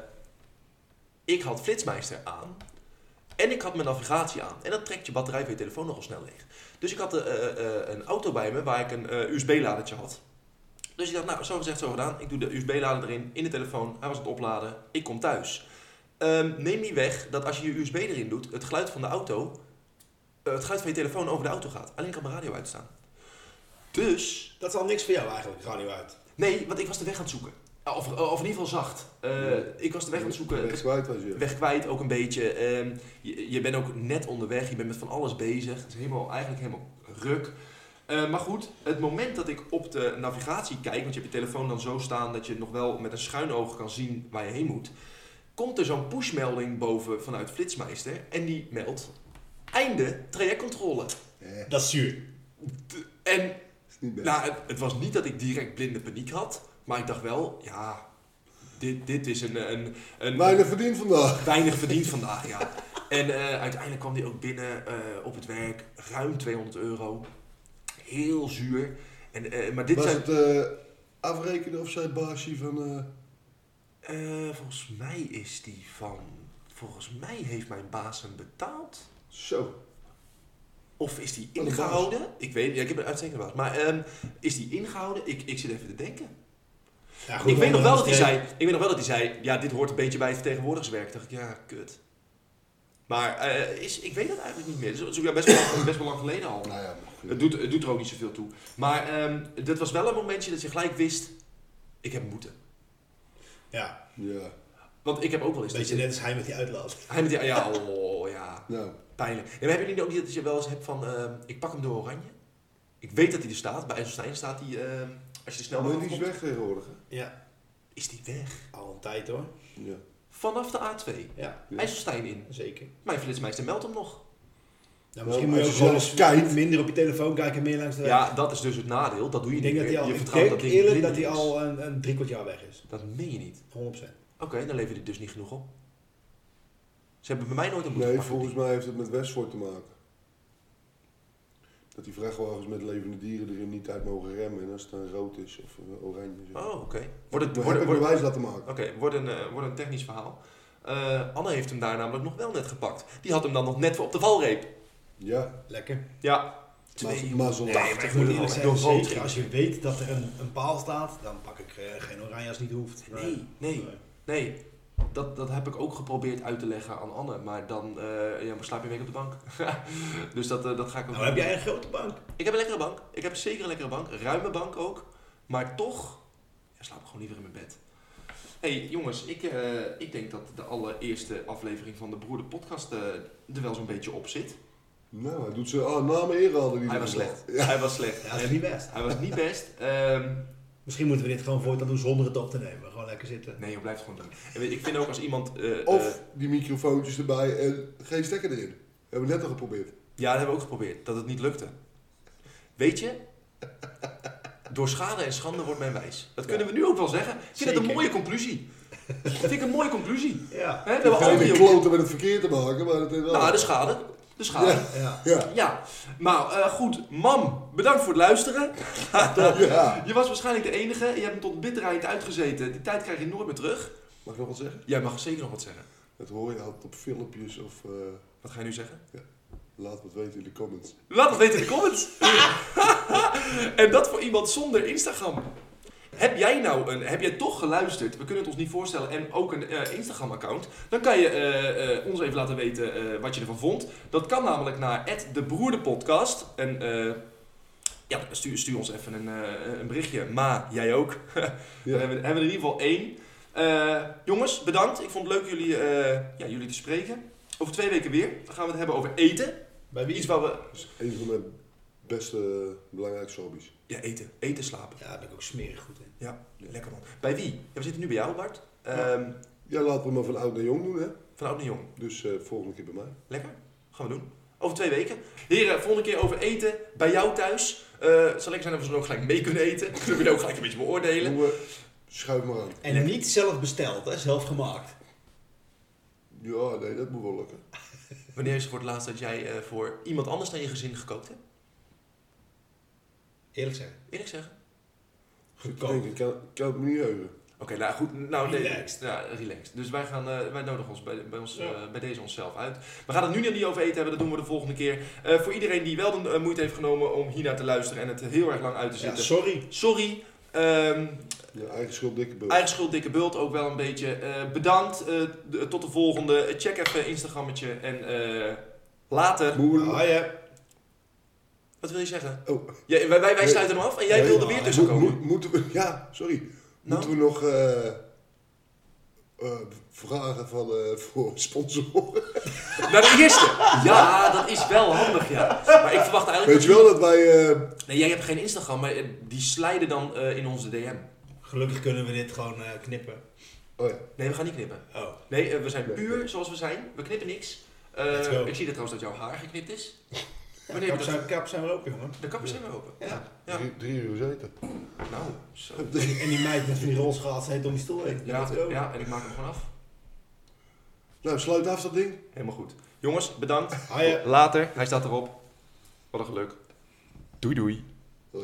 ik had Flitsmeister aan. En ik had mijn navigatie aan. En dan trekt je batterij van je telefoon nogal snel leeg. Dus ik had een auto bij me waar ik een USB-ladertje had. Dus ik dacht, nou, zo gezegd, zo gedaan. Ik doe de USB-lader erin, in de telefoon. Hij was aan het opladen. Ik kom thuis. Neem niet weg dat als je je USB erin doet, het geluid van de auto... het geluid van je telefoon over de auto gaat. Alleen kan mijn radio uitstaan. Dus...
Dat is al niks voor jou eigenlijk, radio uit.
Nee, want ik was de weg aan het zoeken. Of in ieder geval zacht. Ik was de weg aan het zoeken.
Weg kwijt was je.
Weg kwijt ook een beetje. Je bent ook net onderweg. Je bent met van alles bezig. Het is eigenlijk helemaal ruk. Maar goed, het moment dat ik op de navigatie kijk, want je hebt je telefoon dan zo staan dat je nog wel met een schuin oog kan zien waar je heen moet, komt er zo'n pushmelding boven vanuit Flitsmeister en die meldt einde trajectcontrole.
Dat is zuur.
En
Is niet best.
nou, het was niet dat ik direct blinde paniek had, maar ik dacht wel, ja, dit is een
Weinig verdiend vandaag.
weinig verdiend vandaag, ja. En uiteindelijk kwam die ook binnen op het werk, ruim €200. Heel zuur. Maar dit
Was
zijn...
het afrekenen of zei het baasje van...
volgens mij is die van... Volgens mij heeft mijn baas hem betaald.
Zo.
Of is die
Wat een
ingehouden? Ik weet niet, ja, ik heb een uitstekende baas. Maar is die ingehouden? Ik zit even te denken.
Ja, goed,
Ik weet nog wel dat hij
onderaan
zei, ja, dit hoort een beetje bij het vertegenwoordigerswerk. Dacht ik, ja, kut. Maar ik weet dat eigenlijk niet meer. Dat is ook best wel lang geleden al.
Nou ja,
Het doet er ook niet zoveel toe. Maar dat was wel een momentje dat je gelijk wist, ik heb een boete.
Ja,
ja.
Want ik heb ook wel eens...
een beetje net als hij met die uitlaat.
Hij met die... Ja, oh, ja.
Nou,
Pijnlijk. Ja, maar hebben jullie ook niet dat je wel eens hebt van, ik pak hem door oranje? Ik weet dat hij er staat. Bij IJsselstein staat hij, als je de snelweg
maar die is
afkomt,
weg tegenwoordig. Hè?
Ja,
is die weg.
al een tijd hoor.
Ja.
Vanaf de A2.
Ja,
Ja.
IJsselstein in.
zeker.
Mijn flitsmeister meldt hem nog.
Nou, misschien
Nou,
moet je
als
ook
je
wel
zelfs
eens
kijkt-
minder op je telefoon kijken, meer langs de weg.
Ja, dat is dus het nadeel. Dat doe je
Ik denk
niet
dat
meer.
hij al,
Je
ik
vertrouwt
denk
dat ding
eerlijk dat
blind
hij
is.
al een 3/4 jaar weg is. 100%.
Dat meen je niet. Oké, dan levert hij dus niet genoeg op. Ze hebben bij mij nooit een boete
Nee,
gepakt.
volgens mij heeft het met Westvoort te maken. Dat die vrachtwagens met levende dieren erin niet uit mogen remmen. En als het dan rood is of oranje. Zeg.
Oh, oké. Wordt het...
Heb ik bewijs laten maken.
Oké, wordt een technisch verhaal. Anne heeft hem daar namelijk nog wel net gepakt. Die had hem dan nog net op de valreep.
Ja,
Lekker.
Ja.
mazzel.
Nee, maar ik moet
€280
eerlijk
door
zeggen,
rood
zeker als je weet dat er een paal staat, dan pak ik geen oranje als het niet hoeft.
Nee. Dat heb ik ook geprobeerd uit te leggen aan Anne. Maar dan maar slaap je een week op de bank. Dus dat ga ik ook
Nou, heb jij een grote bank?
Ik heb een lekkere bank. Ik heb zeker een lekkere bank. Ruime bank ook. Maar toch slaap ik gewoon liever in mijn bed. Hey jongens, ik denk dat de allereerste aflevering van de Broeder Podcast er wel zo'n beetje op zit.
Nou, hij doet zijn namen inraden.
Hij was slecht.
Ja.
Hij was slecht.
Ja, dat is niet best.
Hij was niet best.
Misschien moeten we dit gewoon voortaan doen zonder het op te nemen. Gewoon lekker zitten.
Nee, je blijft het gewoon doen. En ik vind ook als iemand...
Of die microfoontjes erbij en geen stekker erin. Hebben we net al geprobeerd.
Ja, dat hebben we ook geprobeerd. Dat het niet lukte. Weet je? Door schade en schande wordt men wijs. Dat kunnen we nu ook wel zeggen. Ik vind het een mooie conclusie. Dat vind ik een mooie conclusie.
Ja.
Hè, we hebben
Geen
audio.
kloten met het verkeer te maken, maar het is wel...
Nou, de schade. De schade.
Ja.
Ja.
Ja.
Ja, maar goed, mam, bedankt voor het luisteren.
Ja.
Je was waarschijnlijk de enige, je hebt hem tot bitterheid uitgezeten. Die tijd krijg je nooit meer terug.
Mag ik nog wat zeggen?
Jij mag zeker nog wat zeggen.
Dat hoor je altijd op filmpjes of...
Wat ga je nu zeggen?
laat het weten in de comments.
Laat het weten in de comments. En dat voor iemand zonder Instagram. Heb jij toch geluisterd? We kunnen het ons niet voorstellen. En ook een Instagram-account. Dan kan je ons even laten weten wat je ervan vond. Dat kan namelijk naar @debroederpodcast. En ja, stuur ons even een berichtje. Ma, jij ook. Dan hebben we er in ieder geval 1. Jongens, bedankt. Ik vond het leuk jullie te spreken. Over 2 weken weer. Dan gaan we het hebben over eten.
Bij wie?
Iets waar we...
Dat is een van mijn beste, belangrijkste hobby's.
Ja, eten. Eten, slapen.
Ja, daar ben ik ook smerig goed in.
Ja, lekker man. Bij wie? Ja, we zitten nu bij jou, Bart.
Ja, laten we maar van oud naar jong doen, hè.
Van oud naar jong.
Dus volgende keer bij mij.
Lekker. Gaan we doen. Over 2 weken. Heren, volgende keer over eten. Bij jou thuis. Het zal lekker zijn dat we zo ook gelijk mee kunnen eten. Dan kunnen we ook gelijk een beetje beoordelen.
Doen we, schuif maar aan.
En niet zelf besteld, hè? Zelf gemaakt.
Ja, nee, dat moet wel lukken.
Wanneer is het voor het laatst dat jij voor iemand anders dan je gezin gekookt hebt?
Eerlijk zeggen.
Eerlijk zeggen?
Gekookt.
Ik kan het me niet heugen.
Oké, nou goed. Nou, nee,
Relaxed.
Ja, relaxed. Dus wij nodigen ons bij deze onszelf uit. We gaan het nu niet over eten hebben, dat doen we de volgende keer. Voor iedereen die wel de moeite heeft genomen om hiernaar te luisteren en het heel erg lang uit te
Ja,
zitten.
sorry.
Sorry.
Ja, eigen schuld, dikke bult.
Eigen schuld, dikke bult ook wel een beetje. Bedankt. Tot de volgende. Check even Instagrammetje. En later.
Ja.
Wat wil je zeggen?
Oh.
Ja, wij sluiten hem af en jij wilde weer tussenkomen.
Moeten we... Ja, sorry.
Nou?
Moeten we nog vragen voor sponsoren?
Nou, de eerste. Ja, dat is wel handig, ja. Maar ik verwacht eigenlijk...
Weet je wel dat wij...
Nee, jij hebt geen Instagram, maar die slijden dan in onze DM.
Gelukkig kunnen we dit gewoon knippen.
Oh ja.
Nee, we gaan niet knippen.
Oh.
Nee, we zijn puur zoals we zijn. We knippen niks.
Let's go.
Ik zie dat trouwens dat jouw haar geknipt is. Wanneer heb je dat...
Kap zijn we open, jongen.
De kappers zijn weer open.
Ja.
Ja.
3 uur zitten.
Nou, zo.
En die meid met 4 rolschaats heet om die stoel heen.
Ja,
Let's go.
ja, en ik maak hem gewoon af.
Nou, sluit af dat ding.
Helemaal goed. Jongens, bedankt.
Hiya.
Later. Hij staat erop. Wat een geluk. Doei doei.